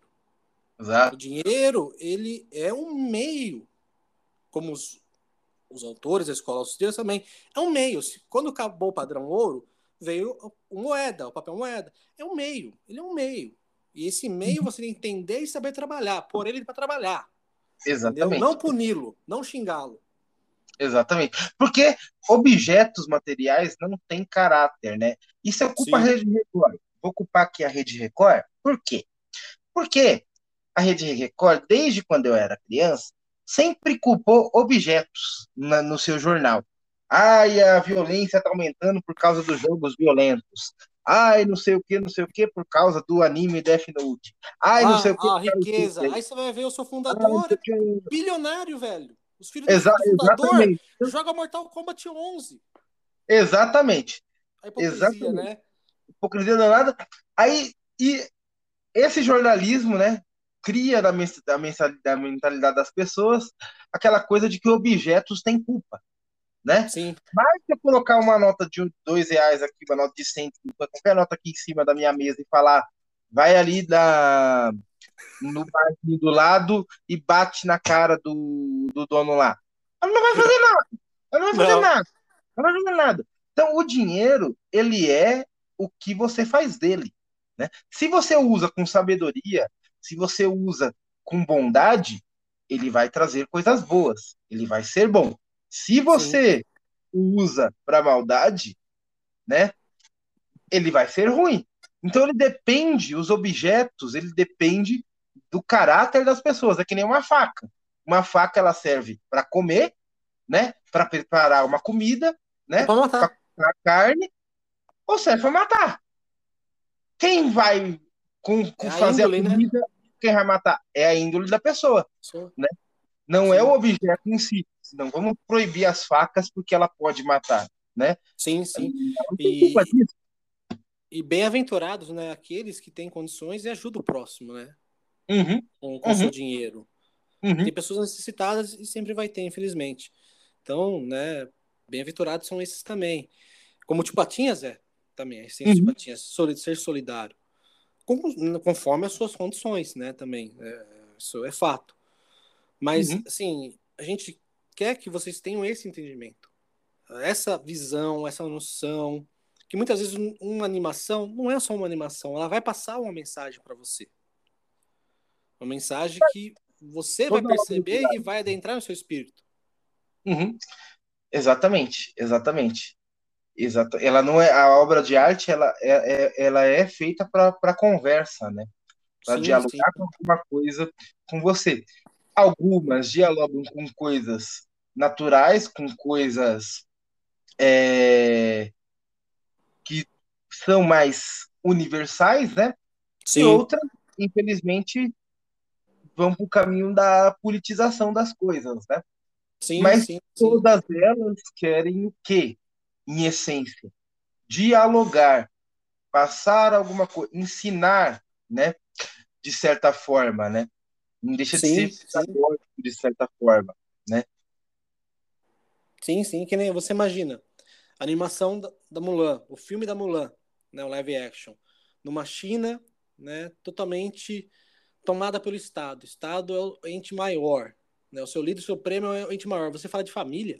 O exato, dinheiro, ele é um meio, como os, os autores da escola austríaca também, é um meio. Quando acabou o padrão ouro, veio o moeda, o papel moeda. É um meio, ele é um meio. E esse meio você tem que entender e saber trabalhar, pôr ele para trabalhar, entendeu? Não exatamente, puni-lo, não xingá-lo. exatamente. Porque objetos materiais não têm caráter, né? E se ocupa a Sim, Rede Record? Vou ocupar aqui a Rede Record? Por quê? Porque a Rede Record, desde quando eu era criança, sempre culpou objetos na- no seu jornal. Ai, a violência está aumentando por causa dos jogos violentos. Ai, não sei o que, não sei o que, por causa do anime Death Note. Ai, não sei o que, a, a por causa disso riqueza. aí. Aí você vai ver, eu sou Ai, não fundador, sei o é que. bilionário, velho. Os filhos do, Exa- do fundador exatamente. jogam Mortal Kombat onze. Exatamente. A hipocrisia, Exatamente. né? Hipocrisia danada. Aí, e esse jornalismo, né, cria na, mens- da mensa- da mentalidade das pessoas aquela coisa de que objetos têm culpa, né? Sim. Mas se eu colocar uma nota de um- dois reais aqui, uma nota de cem, qualquer nota aqui em cima da minha mesa e falar, vai ali na, no barzinho do lado e bate na cara do, do dono lá. Ela não vai fazer nada, ela não vai fazer Não. nada, ela não vai fazer nada. Então, o dinheiro, ele é o que você faz dele, né? Se você usa com sabedoria, se você usa com bondade, ele vai trazer coisas boas, ele vai ser bom. Se Sim. você o usa para maldade, né, ele vai ser ruim. Então ele depende, os objetos, ele depende do caráter das pessoas. É que nem uma faca. Uma faca ela serve para comer, né, para preparar uma comida, Ou né, pra para matar. cortar carne, ou serve para matar. Quem vai com, É com a fazer a índole, né? comida? Quem vai matar? É a índole da pessoa, Sou- né? Não é o Sim. objeto em si. Não vamos proibir as facas porque ela pode matar, né? Sim, sim. Ela não tem culpa E, disso. e bem-aventurados, né? Aqueles que têm condições e ajudam o próximo, né? Uhum, Com o seu uhum, dinheiro. uhum, Tem pessoas necessitadas e sempre vai ter, infelizmente. Então, né? Bem-aventurados são esses também. Como o Tio Patinhas é também, a essência do Tio uhum, Patinhas, soli- ser solidário. Com- conforme as suas condições, né? Também. É, isso é fato. Mas, uhum. assim, a gente quer que vocês tenham esse entendimento, essa visão, essa noção, que muitas vezes um- uma animação não é só uma animação, ela vai passar uma mensagem para você. Uma mensagem que você vai Toda obra de perceber e arte. vai adentrar no seu espírito. Uhum. Exatamente, exatamente. Exato. Ela não é a obra de arte, ela é, é- ela é feita para conversa, né? Para Sim, sim, dialogar com alguma coisa com você. Algumas dialogam com coisas naturais, com coisas é, que são mais universais, né? Sim. E outras, infelizmente, vão para o caminho da politização das coisas, né? Sim, Mas sim, sim. todas elas querem o quê? Em essência, dialogar, passar alguma coisa, ensinar, né? De certa forma, né? Não deixa de Sim, ser sim. pedagógico, de certa forma, né? Sim, sim, que nem você imagina. A animação da, da Mulan, o filme da Mulan, né, o live action, numa China, né, totalmente tomada pelo Estado. O Estado é o ente maior, né? O seu líder supremo é o ente maior. Você fala de família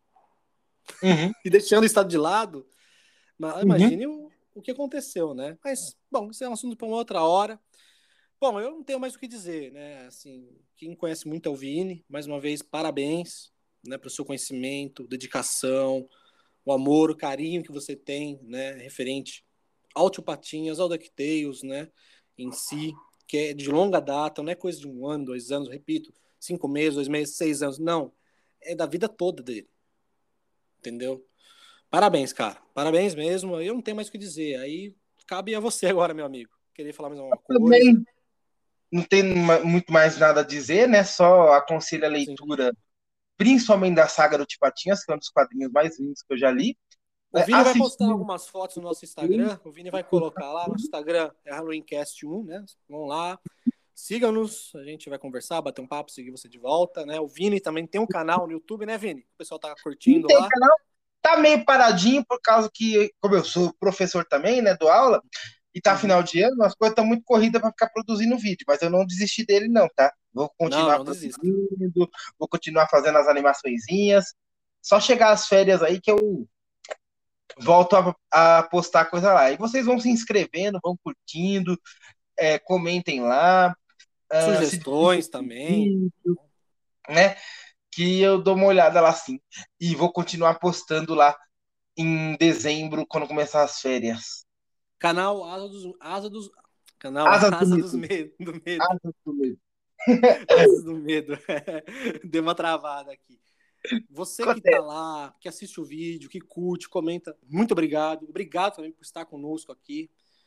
Uhum, e deixando o Estado de lado, mas uhum. imagine o, o que aconteceu, né? Mas, bom, isso é um assunto para uma outra hora. Bom, eu não tenho mais o que dizer, né? Assim, quem conhece muito é o Vini. Mais uma vez, parabéns, né, pelo seu conhecimento, dedicação, o amor, o carinho que você tem, né, referente ao Tio Patinhas, ao DuckTales, né, em si, que é de longa data, não é coisa de um ano, dois anos, repito, cinco meses, dois meses, seis anos, não, é da vida toda dele, entendeu? Parabéns, cara, parabéns mesmo, eu não tenho mais o que dizer, aí cabe a você agora, meu amigo, querer falar mais alguma coisa. Também não tem ma- muito mais nada a dizer, né? Só aconselho a Sim. leitura, principalmente da saga do Tipatinhas, que é um dos quadrinhos mais lindos que eu já li. O Né? Vini vai postar Assistir. algumas fotos no nosso Instagram. O Vini vai colocar lá no Instagram, é HalloweenCast um, né? Vão lá, sigam-nos, a gente vai conversar, bater um papo, seguir você de volta, né? O Vini também tem um canal no YouTube, né, Vini? O pessoal tá Não curtindo tem lá. canal, tá meio paradinho por causa que, como eu sou professor também, né, dou aula, e tá Uhum. final de ano, as coisas estão muito corridas para ficar produzindo vídeo, mas eu não desisti dele não, tá? Vou Não, continuar não desista. produzindo, vou continuar fazendo as animaçõezinhas. Só chegar às férias aí que eu volto a, a postar coisa lá. E vocês vão se inscrevendo, vão curtindo, é, comentem lá, uh, se Sugestões divirtam com o também. vídeo, né? Que eu dou uma olhada lá sim. E vou continuar postando lá em dezembro, quando começar as férias. Canal Asa dos, Asa dos, canal Asas do Asa dos Medo. Medo, do Medo. Asas do Medo. Asas do Medo. Deu uma travada aqui. Você que tá Acontece. lá, que assiste o vídeo, que curte, comenta, muito obrigado. Obrigado também por estar conosco aqui.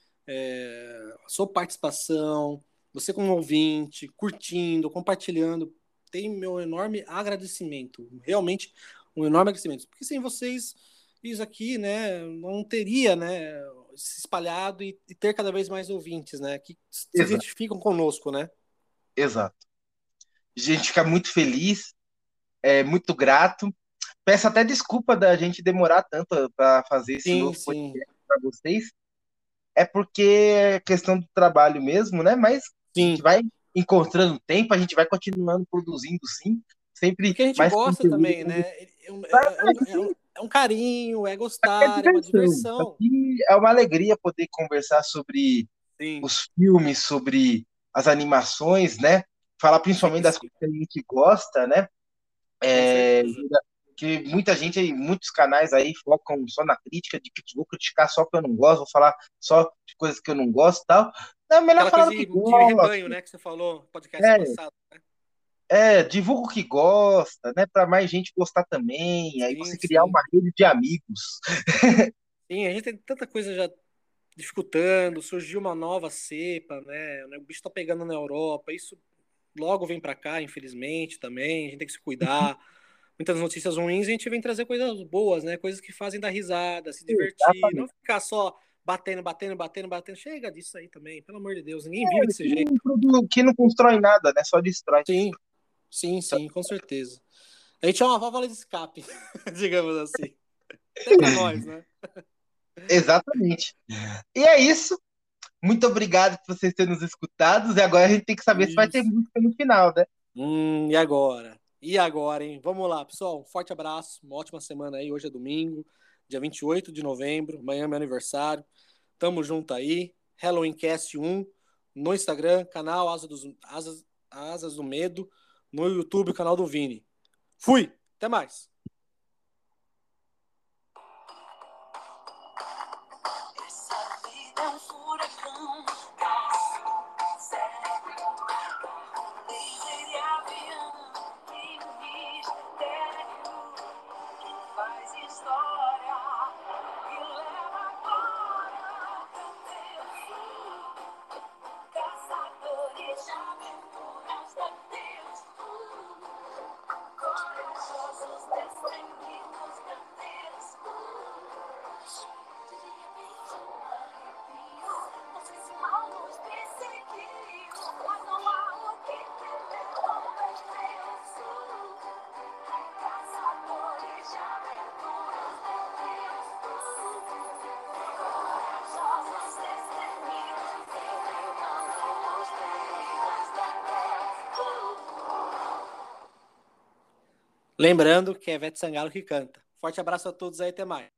É, a sua participação, você como ouvinte, curtindo, compartilhando, tem meu enorme agradecimento. Realmente um enorme agradecimento. Porque sem vocês, isso aqui, né, não teria, né, se espalhado e, e ter cada vez mais ouvintes, né, que se Exato, identificam conosco, né? exato. A gente fica muito feliz, é muito grato. Peço até desculpa da gente demorar tanto para fazer esse Sim, novo sim, podcast para vocês. É porque é questão do trabalho mesmo, né? Mas a gente sim. vai encontrando tempo, a gente vai continuando produzindo, sim. Sempre Porque a gente mais gosta conteúdo também, para né? vocês. É um, é um, é um, é um carinho, é É gostar, é uma diversão. diversão. Aqui é uma alegria poder conversar sobre Sim, os filmes, sobre as animações, né? Falar sim, principalmente das sim, coisas que a gente gosta, né? com É, certeza. que muita gente aí, muitos canais aí focam só na crítica, de que vou criticar só que eu não gosto, vou falar só de coisas que eu não gosto e tal. É melhor Aquela falar coisa do que de, de gosta, rebanho, né, que você falou no podcast é, passado, né? é, divulga o que gosta, né? Para mais gente gostar também, aí Sim, você criar sim. uma rede de amigos. Sim, a gente tem tanta coisa já dificultando, surgiu uma nova cepa, né? O bicho tá pegando na Europa, isso logo vem para cá, infelizmente, também. A gente tem que se cuidar. Muitas notícias ruins, a gente vem trazer coisas boas, né? Coisas que fazem dar risada, se divertir, não Exatamente. ficar só batendo, batendo, batendo, batendo. Chega disso aí também, pelo amor de Deus. Ninguém vive desse Que não, jeito. produ- que não constrói nada, né? Só destrói. Sim, sim, sim, com certeza. A gente é uma válvula de escape, digamos assim. Até para nós, né? Exatamente. E é isso. Muito obrigado por vocês terem nos escutado. E agora a gente tem que saber se vai ter Isso. música no final, né? Hum, e agora? E agora, hein? Vamos lá, pessoal. Um forte abraço, uma ótima semana aí. Hoje é domingo, dia vinte e oito de novembro. Amanhã é meu aniversário. Tamo junto aí. HalloweenCast um no Instagram, canal Asa dos, Asas, Asas do Medo. No YouTube, canal do Vini. Fui! Até mais! Essa vida é um furacão, gás, sério, laser e avião, e mistério que faz história e leva agora. Lembrando que é Ivete Sangalo que canta. Forte abraço a todos aí, até mais.